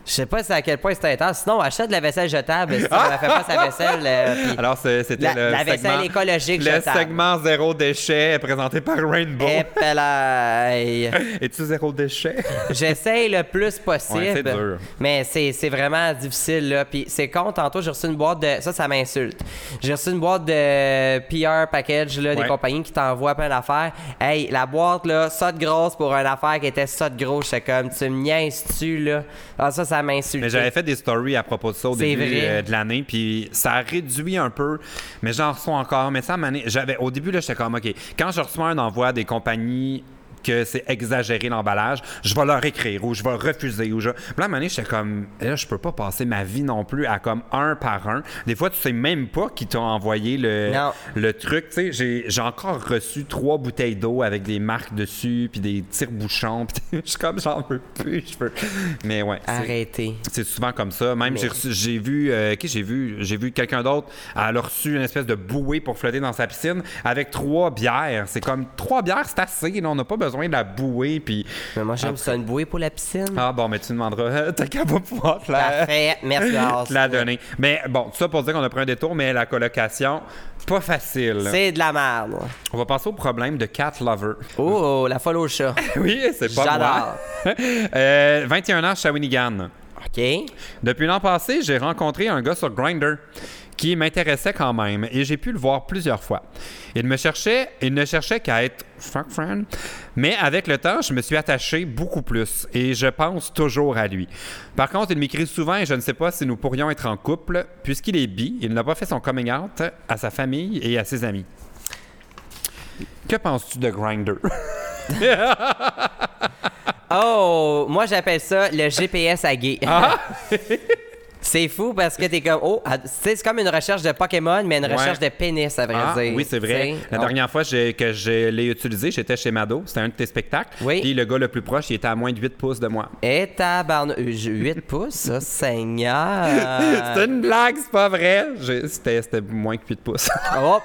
Je sais pas si à quel point c'était intense. Sinon, achète de la vaisselle jetable si on ne fait pas sa vaisselle. Euh, puis Alors, c'est- c'était la, le la vaisselle segment, écologique le jetable. segment zéro déchet présenté par Rainbow. Épelaille. Es-tu zéro déchet? J'essaye le plus possible. Ouais, c'est dur. Mais c'est, c'est vraiment difficile, là. Puis c'est con, tantôt, j'ai reçu une boîte de... Ça, ça m'insulte. J'ai reçu une boîte de P R package, là, des Ouais. compagnies qui t'envoient plein d'affaires. Hey, la boîte, là, ça de grosse pour une affaire qui était ça de gros. J'étais comme, tu me niaises-tu, là? Ah, ça, ça m'insulte. Mais j'avais fait des stories à propos de ça au C'est début vrai. euh, de l'année, puis ça a réduit un peu, mais j'en reçois encore. Mais ça, à un moment donné, j'avais, au début, là, j'étais comme, OK, quand je reçois un envoi des compagnies que c'est exagéré l'emballage, je vais leur écrire ou je vais refuser. Ou je... Puis là, à un moment donné, j'étais comme, là, je peux pas passer ma vie non plus à comme un par un. Des fois, tu sais même pas qui t'a envoyé le, Non. le truc. Tu sais, j'ai, j'ai encore reçu trois bouteilles d'eau avec des marques dessus, puis des tire-bouchons. Puis je suis comme, j'en veux plus. Je peux... Mais ouais. c'est- Arrêtez. c'est souvent comme ça. Même Mais- j'ai reçu- j'ai vu, euh, qui j'ai vu, j'ai vu quelqu'un d'autre, elle a reçu une espèce de bouée pour flotter dans sa piscine avec trois bières. C'est comme trois bières, c'est assez. Là, on n'a pas besoin de la bouée. Puis Mais moi, j'aime Après- ça, une bouée pour la piscine. ah bon, mais tu demanderas, t'as qu'à pas pouvoir te la, Parfait. Merci, te la donner. Mais bon, tout ça pour dire qu'on a pris un détour, mais la colocation, pas facile. C'est de la merde. On va passer au problème de cat lover. Oh, la folle au chat. Oui, c'est pas J'adore. moi. euh, vingt et un ans, Shawinigan. OK. Depuis l'an passé, j'ai rencontré un gars sur Grindr qui m'intéressait quand même et j'ai pu le voir plusieurs fois. Il me cherchait, il ne cherchait qu'à être fuck friend, mais avec le temps, je me suis attaché beaucoup plus et je pense toujours à lui. Par contre, il m'écrit souvent et je ne sais pas si nous pourrions être en couple puisqu'il est bi, il n'a pas fait son coming out à sa famille et à ses amis. Que penses-tu de Grindr? Oh, moi, j'appelle ça le G P S à gay. Ah! C'est fou parce que t'es comme, oh, ah, tu sais, c'est comme une recherche de Pokémon, mais une Ouais. recherche de pénis, à vrai Ah, dire. oui, c'est vrai. Tu sais, La on- dernière fois j'ai- que je l'ai utilisé, j'étais chez Mado. C'était un de tes spectacles. Oui. Puis le gars le plus proche, il était à moins de huit pouces de moi. Et tabarnak. huit pouces, ça, Seigneur. C'était une blague, c'est pas vrai. J'ai- C'était c'était moins que huit pouces. Oh,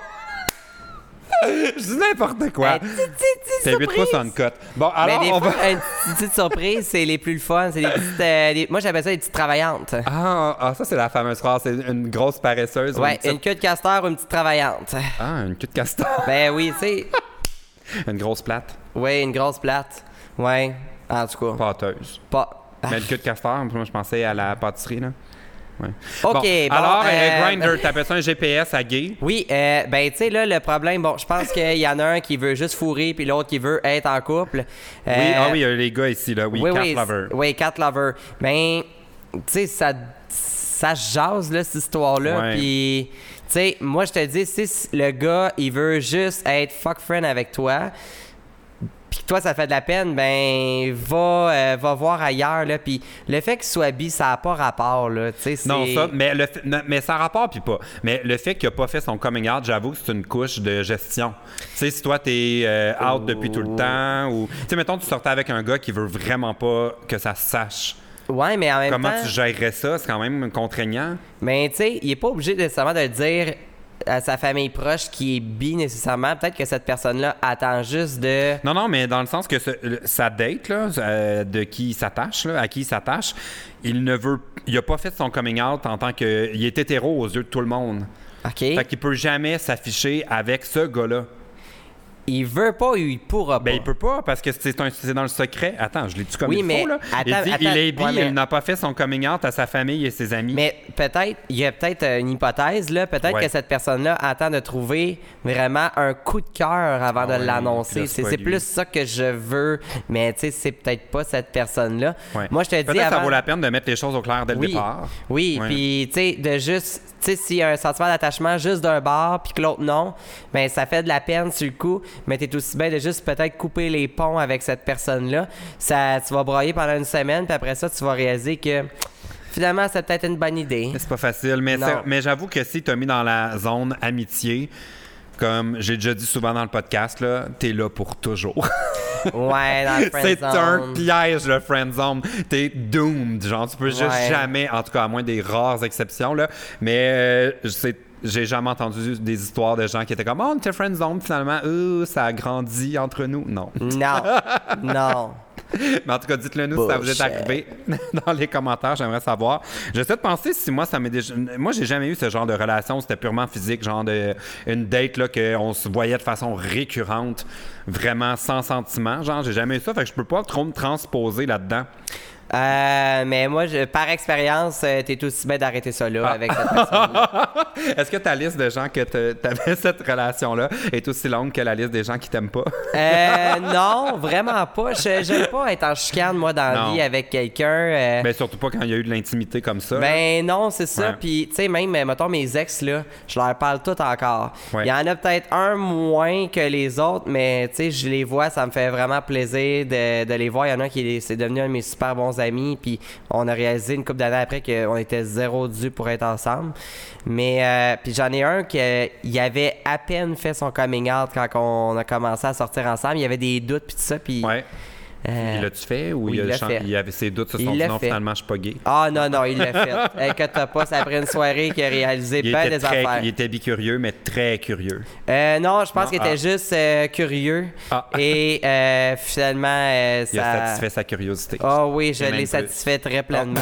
Je dis n'importe quoi. un petit, petit, petit C'était huit surprise. pouces en cut. Bon, Mais alors des on fois, va... une petite, petite surprise, c'est les plus le fun. C'est des petites, euh, des- Moi, j'appelle ça des petites travaillantes. Ah, ah, ça, c'est la fameuse phrase. C'est une grosse paresseuse. ou Ouais, une petite- une queue de castor ou une petite travaillante. Ah, une queue de castor. Ben oui, tu sais. Une grosse plate. Ouais, une grosse plate. Ouais, en tout cas. Pâteuse. Pas. Mais une queue de castor, moi, je pensais à la pâtisserie, là. Ouais. OK, bon, alors, euh, euh, Grindr, t'appelles ça un G P S à gay? Oui, euh, ben tu sais là le problème, bon, je pense qu'il y en a un qui veut juste fourrer puis l'autre qui veut être en couple. Euh, Oui, ah oui, il y a les gars ici, là. Oui, oui, cat oui, lover. c- Oui, cat lover. Ben, tu sais, ça, ça se jase là cette histoire-là. Ouais. Puis, tu sais, moi je te dis, si le gars il veut juste être fuck friend avec toi. Puis que toi, ça fait de la peine, ben, va, euh, va voir ailleurs, là. Puis le fait qu'il soit bi, ça n'a pas rapport, là. Tu sais, c'est... Non, ça, mais, le fait- non, mais ça rapporte puis pas. Mais le fait qu'il n'a pas fait son coming out, j'avoue que c'est une couche de gestion. Tu sais, si toi, t'es euh, out depuis tout le temps, ou. Tu sais, mettons, tu sortais avec un gars qui veut vraiment pas que ça se sache. Ouais, mais en même Comment temps... tu gérerais ça? C'est quand même contraignant. Mais tu sais, il est pas obligé nécessairement de le dire à sa famille proche qui est bi nécessairement. Peut-être que cette personne-là attend juste de... Non, non, mais dans le sens que ce- le- sa date, là, euh, de qui il s'attache, là, à qui il s'attache, il ne veut. Il a pas fait son coming out en tant que. Il est hétéro aux yeux de tout le monde. OK. Fait qu'il peut jamais s'afficher avec ce gars-là. Il veut pas ou il pourra pas. Ben, il peut pas parce que c'est, un, c'est dans le secret. Attends, je l'ai dit comme Oui, il mais faut, là. il attends, dit attends, il est bi, ouais, mais- il n'a pas fait son coming out à sa famille et ses amis. Mais peut-être, il y a peut-être une hypothèse, là. Peut-être Ouais. que cette personne-là attend de trouver vraiment un coup de cœur avant Ah de ouais, puis l'annoncer. là, C'est, c'est pas c'est lui. plus ça que je veux, mais tu sais, c'est peut-être pas cette personne-là. Ouais. Moi, je te dis Peut-être que avant... ça vaut la peine de mettre les choses au clair dès le Oui, départ. oui, Ouais. puis tu sais, de juste, tu sais, s'il y a un sentiment d'attachement juste d'un bord puis que l'autre non, ben ça fait de la peine sur le coup, mais t'es aussi bien de juste peut-être couper les ponts avec cette personne-là. Ça, tu vas broyer pendant une semaine, puis après ça, tu vas réaliser que finalement, c'est peut-être une bonne idée. C'est pas facile, mais, Non. c'est- mais j'avoue que si tu as mis dans la zone amitié, comme j'ai déjà dit souvent dans le podcast, là, t'es là pour toujours. Ouais, dans le friend C'est un zone. piège, le friend zone. T'es doomed. Genre, tu peux juste Ouais. jamais, en tout cas, à moins des rares exceptions, là. Mais euh, c'est- j'ai jamais entendu des histoires de gens qui étaient comme, oh, on était friend zone, finalement, euh, ça a grandi entre nous. Non. Non, non. Mais en tout cas, dites-le nous si ça vous est arrivé dans les commentaires, j'aimerais savoir. J'essaie de penser si moi, ça m'est déjà... Moi, j'ai jamais eu ce genre de relation, c'était purement physique, genre de une date, là, qu'on se voyait de façon récurrente, vraiment sans sentiment. Genre, j'ai jamais eu ça, fait que je peux pas trop me transposer là-dedans. Euh, mais moi, je, par expérience, euh, t'es aussi bien d'arrêter ça là ah. avec cette personne-là. Est-ce que ta liste de gens que t'avais cette relation-là est aussi longue que la liste des gens qui t'aiment pas? euh, non, vraiment pas. Je j'aime pas être en chicane, moi, dans la vie avec quelqu'un. Euh... Ben, surtout pas quand il y a eu de l'intimité comme ça. Ben là. Non, c'est ça. Ouais. Puis, tu sais, même, mettons, mes ex, là, je leur parle tout encore. Ouais. Il y en a peut-être un moins que les autres, mais, tu sais, je les vois, ça me fait vraiment plaisir de, de les voir. Il y en a un qui est devenu un de mes super bons amis, puis on a réalisé une couple d'années après qu'on était zéro dû pour être ensemble. Mais euh, puis j'en ai un qui il avait à peine fait son coming out quand on a commencé à sortir ensemble. Il y avait des doutes puis tout ça, puis ouais. Euh, il l'a-tu fait ou oui, il, il, a chan- il avait ses doutes sur son nom, finalement, je suis pas gay? Ah non, non, il l'a fait. Inquiète pas, c'est après une soirée qu'il a réalisé bien des très, affaires. Il était bicurieux, mais très curieux. Euh, non, je pense non, qu'il ah. était juste euh, curieux. Ah. Et euh, finalement, euh, ça... Il a satisfait sa curiosité. Ah oh, oui, je l'ai satisfait plus. très pleinement.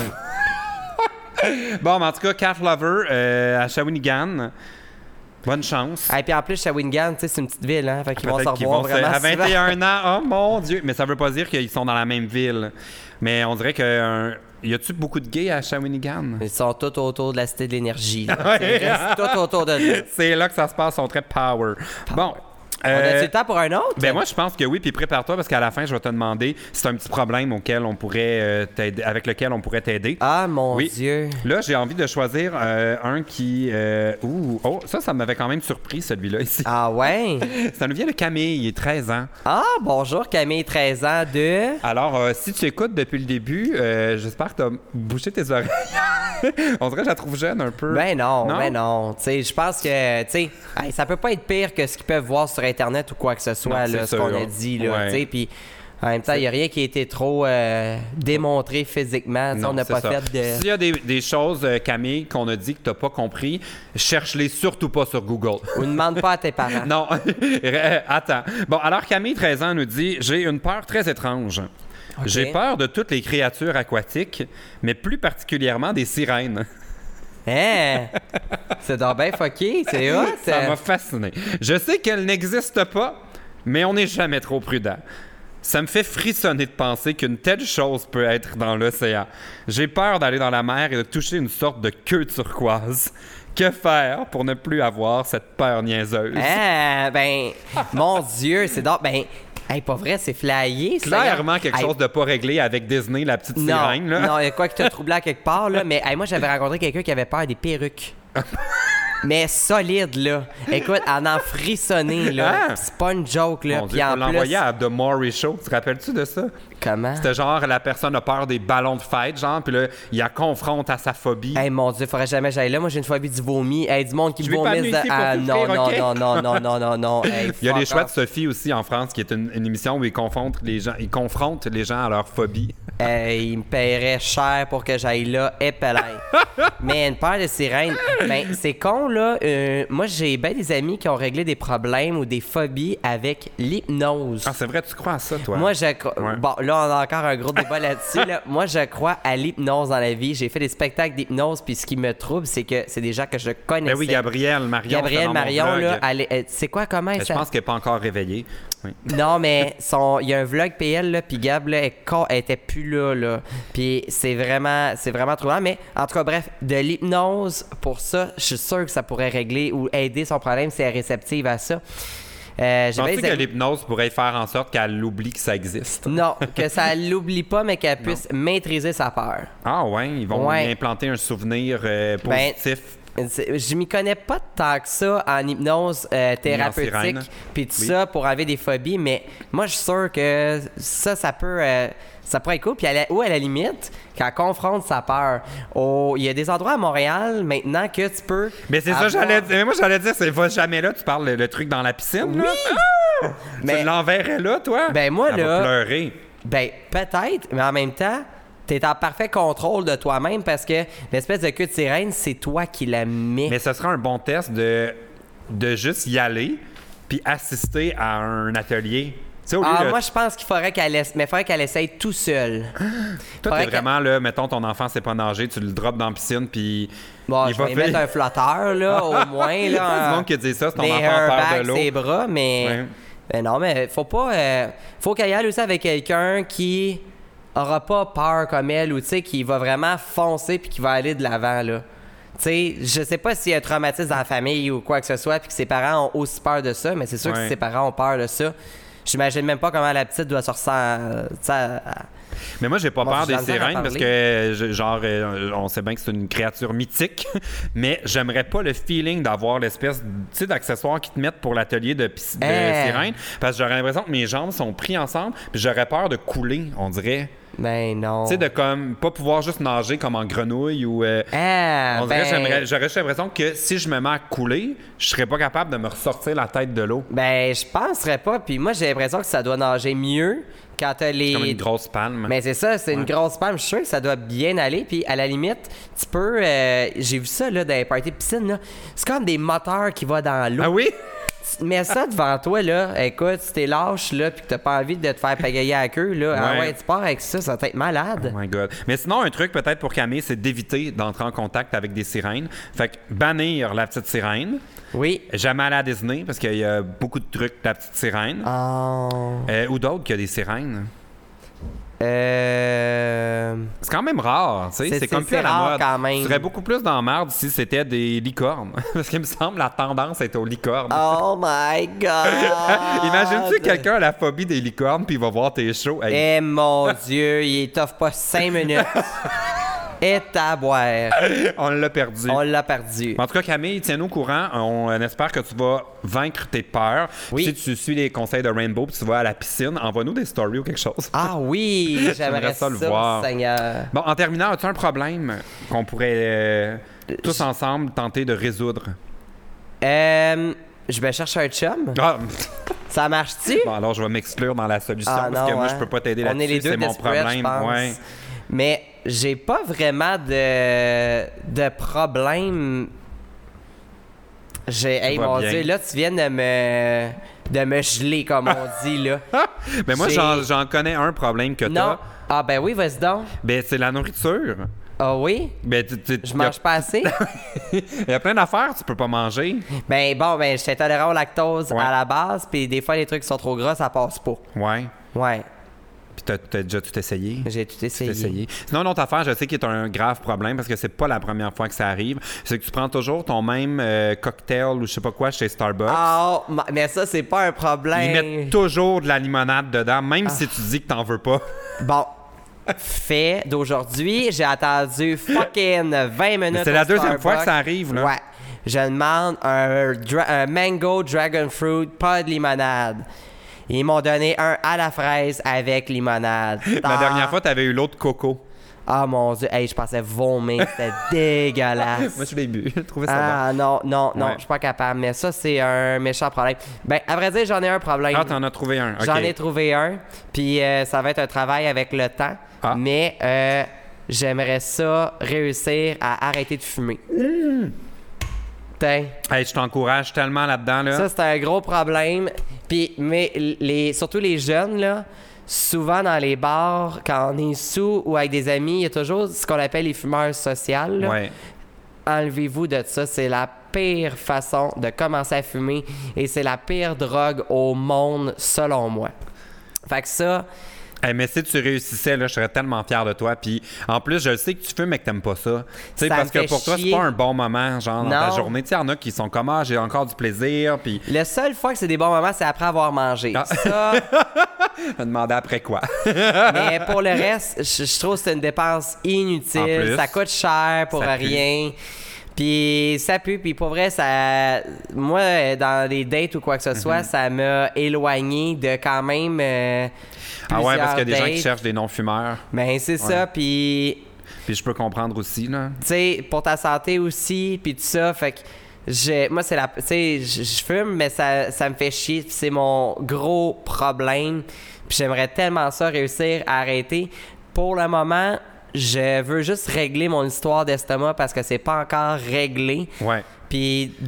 Oh. Bon, mais en tout cas, Cat Lover euh, à Shawinigan. Bonne chance. Et puis en plus, Shawinigan, tu sais, c'est une petite ville, hein. Fait qu'ils Peut-être vont se revoir vraiment se... À vingt et un ans, oh mon Dieu! Mais ça veut pas dire qu'ils sont dans la même ville. Mais on dirait que... Un... Y a-tu beaucoup de gays à Shawinigan? Ils sont tous autour de la Cité de l'Énergie. Ils restent tous autour de là. C'est là que ça se passe, ils sont très power. power. Bon. On euh, a-tu le temps pour un autre? Ben moi, je pense que oui, puis prépare-toi parce qu'à la fin, je vais te demander si c'est un petit problème auquel on pourrait euh, t'aider, avec lequel on pourrait t'aider. Ah, mon oui. Dieu! Là, j'ai envie de choisir euh, un qui... Euh, ouh, oh, ça, ça m'avait quand même surpris, celui-là, ici. Ah ouais? Ça nous vient de Camille, il est treize ans. Ah, bonjour Camille, treize ans de... Alors, euh, si tu écoutes depuis le début, euh, j'espère que tu as bouché tes oreilles. On dirait que je la trouve jeune un peu. Ben non, non? ben non. Tu sais, je pense que, tu sais, hey, ça peut pas être pire que ce qu'ils peuvent voir sur Internet ou quoi que ce soit, non, là, ce qu'on a dit, là, ouais. tu sais, puis... En même temps, il n'y a rien qui a été trop euh, démontré physiquement. Non, on n'a pas ça. fait de... S'il y a des, des choses, euh, Camille, qu'on a dit que tu n'as pas compris, cherche-les surtout pas sur Google. Ou ne demande pas à tes parents. Non. Attends. Bon, alors Camille, treize ans, nous dit « J'ai une peur très étrange. Okay. J'ai peur de toutes les créatures aquatiques, mais plus particulièrement des sirènes. » Hein? C'est donc bien fucké, c'est hot. Ça m'a fasciné. Je sais qu'elles n'existent pas, mais on n'est jamais trop prudent. Ça me fait frissonner de penser qu'une telle chose peut être dans l'océan. J'ai peur d'aller dans la mer et de toucher une sorte de queue turquoise. Que faire pour ne plus avoir cette peur niaiseuse? Ah, ben, mon Dieu, c'est donc... Ben, hey, pas vrai, c'est flyé. Clairement quelque hey. chose de pas réglé avec Disney, la petite non, sirène. Là. Non, il y a quoi qui t'a troublé à quelque part, là. Mais hey, moi, j'avais rencontré quelqu'un qui avait peur des perruques. Mais solide, là. Écoute, en en frissonner, là. Ah! C'est pas une joke, là. Mon Dieu, on l'envoyait à The Maury Show. Tu te rappelles-tu de ça? Comment? C'était genre, la personne a peur des ballons de fête, genre, puis là, il la confronte à sa phobie. Hey, mon Dieu, faudrait jamais que j'aille là. Moi, j'ai une phobie du vomi. Hey, du monde qui me vomisse. De... Ah, non, non, okay? non, non, non, non, non, non, hey, il y a les choix de Sophie aussi en France, qui est une, une émission où ils confrontent les gens, ils confrontent les gens à leur phobie. Hey, ils me paieraient cher pour que j'aille là, épelay. Mais une peur de sirène, ben, c'est con, là. Euh, moi, j'ai bien des amis qui ont réglé des problèmes ou des phobies avec l'hypnose. Ah, c'est vrai, tu crois à ça, toi? Moi, je ouais. Bon, là, on a encore un gros débat là-dessus. Là. Moi, je crois à l'hypnose dans la vie. J'ai fait des spectacles d'hypnose, puis ce qui me trouble, c'est que c'est des gens que je connaissais. Ben oui, Gabrielle Marion. Gabrielle Marion, là, elle, elle, c'est quoi, comment elle Je pense qu'elle n'est pas encore réveillée. Oui. Non, mais il y a un vlog P L, là, puis Gab, là, elle, elle était plus là, là. Puis c'est vraiment, c'est vraiment troublant. Mais, en tout cas, bref, de l'hypnose, pour ça, je suis sûr que ça pourrait régler ou aider son problème si elle est réceptive à ça. Euh, Penses-tu que l'hypnose pourrait faire en sorte qu'elle oublie que ça existe? Non, que ça l'oublie pas, mais qu'elle puisse non. maîtriser sa peur. Ah ouais, ils vont ouais. lui implanter un souvenir euh, positif. Ben, je m'y connais pas tant que ça en hypnose euh, thérapeutique puis tout oui. ça pour enlever des phobies, mais moi je suis sûr que ça, ça peut... Euh, ça pourrait être cool. Puis, à la, ou à la limite, qu'elle confronte sa peur. Oh, il y a des endroits à Montréal, maintenant, que tu peux... Mais c'est avoir... ça, j'allais dire. Mais moi, j'allais dire, c'est pas jamais là. Tu parles le, le truc dans la piscine, oui! Là. Ah! Mais... Tu l'enverrais là, toi? Ben, moi, Elle là... va pleurer. Ben, peut-être, mais en même temps... T'es en parfait contrôle de toi-même parce que l'espèce de queue de sirène, c'est toi qui la mets. Mais ce sera un bon test de, de juste y aller puis assister à un atelier sais, au lieu Ah, de- moi, je pense qu'il faudrait qu'elle essa- mais faudrait qu'elle essaye tout seul. Toi, faudrait t'es vraiment, là, mettons, ton enfant sait pas nager, tu le drops dans la piscine, puis... Bon, il je va vais y faire- mettre un flotteur, là, au moins. Il y a Là, du monde qui dit ça, c'est ton des enfant a peur airbags de l'eau. ses bras, mais... Ouais. Ben non, mais faut pas... euh, faut qu'elle y aille aussi avec quelqu'un qui aura pas peur comme elle ou, tu sais, qui va vraiment foncer puis qui va aller de l'avant, là. Tu sais, je sais pas s'il y a un traumatisme dans la famille ou quoi que ce soit puis que ses parents ont aussi peur de ça, mais c'est sûr que Ouais. si ses parents ont peur de ça, j'imagine même pas comment la petite doit se ressentir, tu sais, à- Mais moi, j'ai pas Moi, peur j'ai des de la misère à sirènes parce parler. que, je- genre, euh, on sait bien que c'est une créature mythique, mais j'aimerais pas le feeling d'avoir l'espèce, tu sais, d'accessoires qu'ils te mettent pour l'atelier de, pis- de Eh. sirène, parce que j'aurais l'impression que mes jambes sont prises ensemble, puis j'aurais peur de couler, on dirait. Ben non. Tu sais, de comme, pas pouvoir juste nager comme en grenouille ou... euh, Ah, on dirait, ben, j'aimerais- j'aurais juste l'impression que si je me mets à couler, je serais pas capable de me ressortir la tête de l'eau. ben, je penserais pas. Puis moi, j'ai l'impression que ça doit nager mieux quand t'as les. Comme une grosse palme. Mais c'est ça, c'est une grosse palme. Je suis sûr que ça doit bien aller. Puis à la limite, tu peux. euh, J'ai vu ça là, dans les parties de piscine. Là. C'est comme des moteurs qui vont dans l'eau. Ah oui? Tu mets ça devant toi, là. Écoute, si t'es lâche, là, puis que t'as pas envie de te faire pagayer à la queue, là. Ah Ouais. ouais, tu pars avec ça, ça va être malade. Oh my God. Mais sinon, un truc peut-être pour Camille, c'est d'éviter d'entrer en contact avec des sirènes. Fait que bannir la petite sirène. Oui. Jamais aller à Disney parce qu'il y a beaucoup de trucs de la petite sirène. Oh. Euh, ou d'autres qu'il y a des sirènes. Euh. C'est quand même rare, tu sais. C'est- C'est comme c'est- plus à c'est la rare mode. quand même. Tu serais beaucoup plus dans la merde si c'était des licornes. Parce qu'il me semble la tendance est aux licornes. Oh my God! Imagine-tu quelqu'un a la phobie des licornes puis il va voir tes shows. Hey, Eh mon Dieu, il t'offre pas cinq minutes. Et à boire. on l'a perdu. On l'a perdu. En tout cas, Camille, tiens-nous au courant. On, on espère que tu vas vaincre tes peurs. Oui. Si tu suis les conseils de Rainbow puis tu vas à la piscine, envoie-nous des stories ou quelque chose. Ah oui, j'aimerais J'aimerais ça ça, le voir. Seigneur. Bon, en terminant, as-tu un problème qu'on pourrait euh, tous ensemble tenter de résoudre? Euh, je vais chercher un chum. Ah, Ça marche-tu? bon, alors je vais m'exclure dans la solution Ah parce non, que moi, hein. je peux pas t'aider On est les là-dessus. deux C'est mon desperate, problème. je pense. Ouais. Mais j'ai pas vraiment de, de problème. J'ai, hey va mon bien. Dieu, là tu viens de me de me geler comme on dit là. Mais moi, J'ai- j'en, j'en connais un problème que Non. t'as. Ah ben oui, vas-y donc. Ben, c'est la nourriture. Ah oui? Ben, tu- tu- Je y a- mange pas assez? Il y a plein d'affaires, tu peux pas manger. Ben bon, ben je suis intolérant au lactose Ouais. à la base, puis des fois les trucs sont trop gras, ça passe pas. Ouais. Ouais, Puis t'as, t'as déjà tout essayé. j'ai tout Tout essayé. essayé. Sinon, une autre affaire, je sais qu'il est un grave problème parce que c'est pas la première fois que ça arrive. C'est que tu prends toujours ton même euh, cocktail ou je sais pas quoi chez Starbucks. Ah, ma- mais ça c'est pas un problème. Ils mettent toujours de la limonade dedans, même Ah. si tu dis que t'en veux pas. Bon, fait d'aujourd'hui, j'ai attendu fucking vingt minutes. C'est la au deuxième fois que Starbucks. ça arrive, là. Ouais. Je demande un, dra- un mango dragon fruit, pas de limonade. Ils m'ont donné un à la fraise avec limonade. La dernière fois, t'avais eu l'autre coco. Ah mon Dieu, hey, je pensais vomir, c'était dégueulasse. Moi, je l'ai bu. Je trouvais ça Ah non, non, non, Ouais. je suis pas capable. Mais ça, c'est un méchant problème. Ben, à vrai dire, j'en ai un problème. bon. Ah, t'en as trouvé un. OK. J'en ai trouvé un. Puis euh, ça va être un travail avec le temps. Ah. Mais euh, j'aimerais ça réussir à arrêter de fumer. Tain. Hey, je t'encourage tellement là-dedans, là. Ça, c'est un gros problème. Puis, mais les, surtout les jeunes, là, souvent dans les bars, quand on est sous ou avec des amis, il y a toujours ce qu'on appelle les fumeurs sociales. là. Ouais. Enlevez-vous de ça. C'est la pire façon de commencer à fumer et c'est la pire drogue au monde, selon moi. Fait que ça, Hey, mais si tu réussissais, là, je serais tellement fier de toi. Puis en plus, je sais que tu fumes mais que t'aimes pas ça. Tu sais, Ça parce me que fait pour toi, c'est chier. pas un bon moment, genre, dans ta Non. journée. Tu sais, il y en a qui sont comme, ah, j'ai encore du plaisir. Puis la seule fois que c'est des bons moments, c'est après avoir mangé. Ah. Ça, je me demandais après quoi. mais pour le reste, je, je trouve que c'est une dépense En inutile. plus, Ça coûte cher pour ça pue. rien. Puis ça pue. Puis pour vrai, ça, moi, dans des dates ou quoi que ce soit, Mhm. ça m'a éloigné de quand même. euh, Ah ouais, parce qu'il y a des gens plusieurs qui dates. cherchent des non-fumeurs. Ben c'est ça. Puis Puis je peux comprendre aussi, là. tu sais, pour ta santé aussi, puis tout ça, fait que j'ai, moi, c'est la, tu sais, je je fume, mais ça, ça me fait chier, puis c'est mon gros problème, puis j'aimerais tellement ça réussir à arrêter. Pour le moment, je veux juste régler mon histoire d'estomac parce que c'est pas encore réglé, Ouais. puis de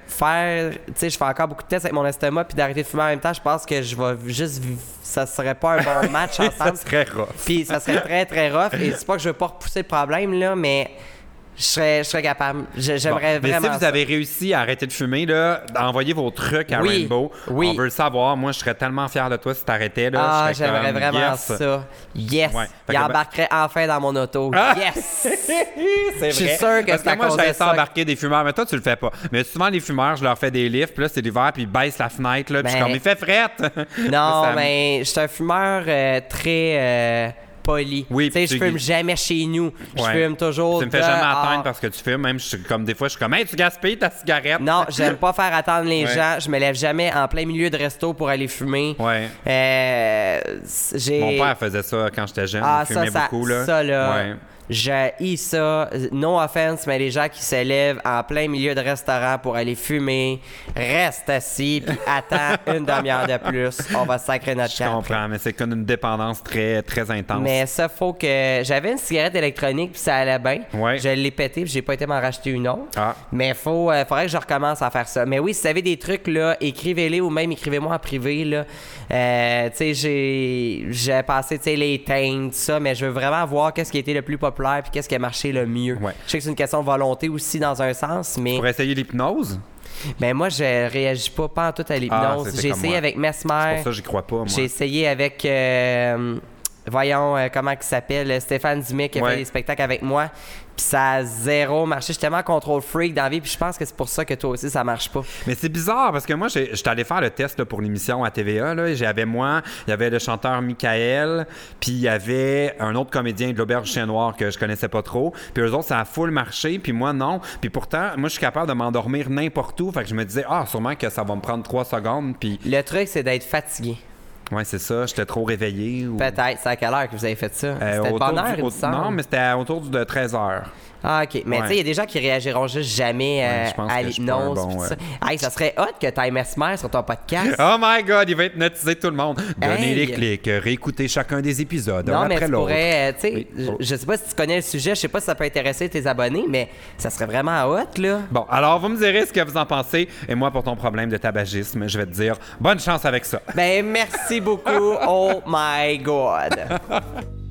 faire, tu sais, je fais encore beaucoup de tests avec mon estomac, puis d'arrêter de fumer en même temps, je pense que je vais juste, ça serait pas un bon match ensemble. Ça serait rough. Puis ça serait très, très rough. Et c'est pas que je veux pas repousser le problème, là, mais je serais, je serais capable. Je- J'aimerais Bon, mais vraiment si vous ça. avez réussi à arrêter de fumer, là, envoyez vos trucs à Oui, Rainbow. oui. On veut le savoir. Moi, je serais tellement fier de toi si t'arrêtais. Là. Ah, Je serais j'aimerais comme, vraiment yes. ça. Yes! Ouais. Fait Il que- embarquerait enfin dans mon auto. Ah! Yes! C'est Je suis vrai. sûr que Parce c'est à moi, cause j'aime de ça ça. embarquer des fumeurs, mais toi, tu le fais pas. Mais souvent, les fumeurs, je leur fais des lifts, puis là, c'est l'hiver, puis ils baissent la fenêtre, là, puis je suis Ben- comme, il fait frette! Non, Ça me- mais je suis un fumeur euh, très euh, poli. Oui, tu sais, je puis tu- fume jamais chez nous. Je Ouais. fume toujours. Tu me fais jamais dehors. attendre parce que tu fumes, même, je suis comme, des fois, je suis comme, hey, tu gaspilles ta cigarette! Non, j'aime pas faire attendre les Ouais. gens. Je me lève jamais en plein milieu de resto pour aller fumer. Ouais. Euh, j'ai... Mon père faisait ça quand j'étais jeune, Ah, il ça, fumait ça, beaucoup, là. ça, là. Ouais. J'ai ça. No offense, mais les gens qui se lèvent en plein milieu de restaurant pour aller fumer, reste assis puis attends une demi-heure de plus. On va sacrer notre Je camp. comprends, mais c'est comme une dépendance très, très intense. Mais ça, faut que. J'avais une cigarette électronique puis ça allait bien. Ouais. Je l'ai pété puis j'ai pas été m'en racheter une autre. Ah. Mais faut, euh, faudrait que je recommence à faire ça. Mais oui, si vous avez des trucs, là, écrivez-les ou même écrivez-moi en privé, là. Euh, tu sais, j'ai, j'ai passé, tu sais, les teintes, tout ça, mais je veux vraiment voir qu'est-ce qui a été le plus populaire puis qu'est-ce qui a marché le mieux. Ouais. Je sais que c'est une question de volonté aussi dans un sens, mais Pour essayer l'hypnose? ben moi, je réagis pas, pas en tout à Ah, l'hypnose. c'était j'ai comme essayé moi. avec C'est Mesmer. pour ça que j'y crois pas, moi. J'ai essayé avec, euh, voyons, euh, comment il s'appelle, Stéphane Dumais qui a Ouais. fait des spectacles avec moi. Puis ça a zéro marché. Je suis tellement contrôle freak dans la vie, puis je pense que c'est pour ça que toi aussi, ça marche pas. Mais c'est bizarre parce que moi, j'ai- j'étais allé faire le test là, pour l'émission à T V A. Là. J'avais moi, il y avait le chanteur Michael, puis il y avait un autre comédien de l'Auberge Chien Noir que je connaissais pas trop. Puis eux autres, ça a full marché, puis moi, non. Puis pourtant, moi, je suis capable de m'endormir n'importe où. Fait que je me disais, ah, sûrement que ça va me prendre trois secondes. Puis, Le truc, c'est d'être fatigué. ouais, c'est ça, j'étais trop réveillé. Ou... Peut-être. C'est à quelle heure que vous avez fait ça? Euh, C'était de autour bonne heure, du- il me au- semble. Non, mais c'était autour de treize heures. Ah, OK. Mais Ouais. tu sais, il y a des gens qui réagiront juste jamais euh, Ouais, je pense à que je suis pas un l'hypnose. bon, pis tout ouais. ça. Hey, ça serait hot que t'ailles Mesmer sur ton podcast. Oh my God, il va hypnotiser tout le monde. Donnez Hey. les clics, réécoutez chacun des épisodes, Non, un mais après tu l'autre. pourrais, euh, tu sais, Oui. je- je sais pas si tu connais le sujet, je sais pas si ça peut intéresser tes abonnés, mais ça serait vraiment hot, là. Bon, alors vous me direz ce que vous en pensez. Et moi, pour ton problème de tabagisme, je vais te dire bonne chance avec ça. Ben, merci beaucoup. Oh my God.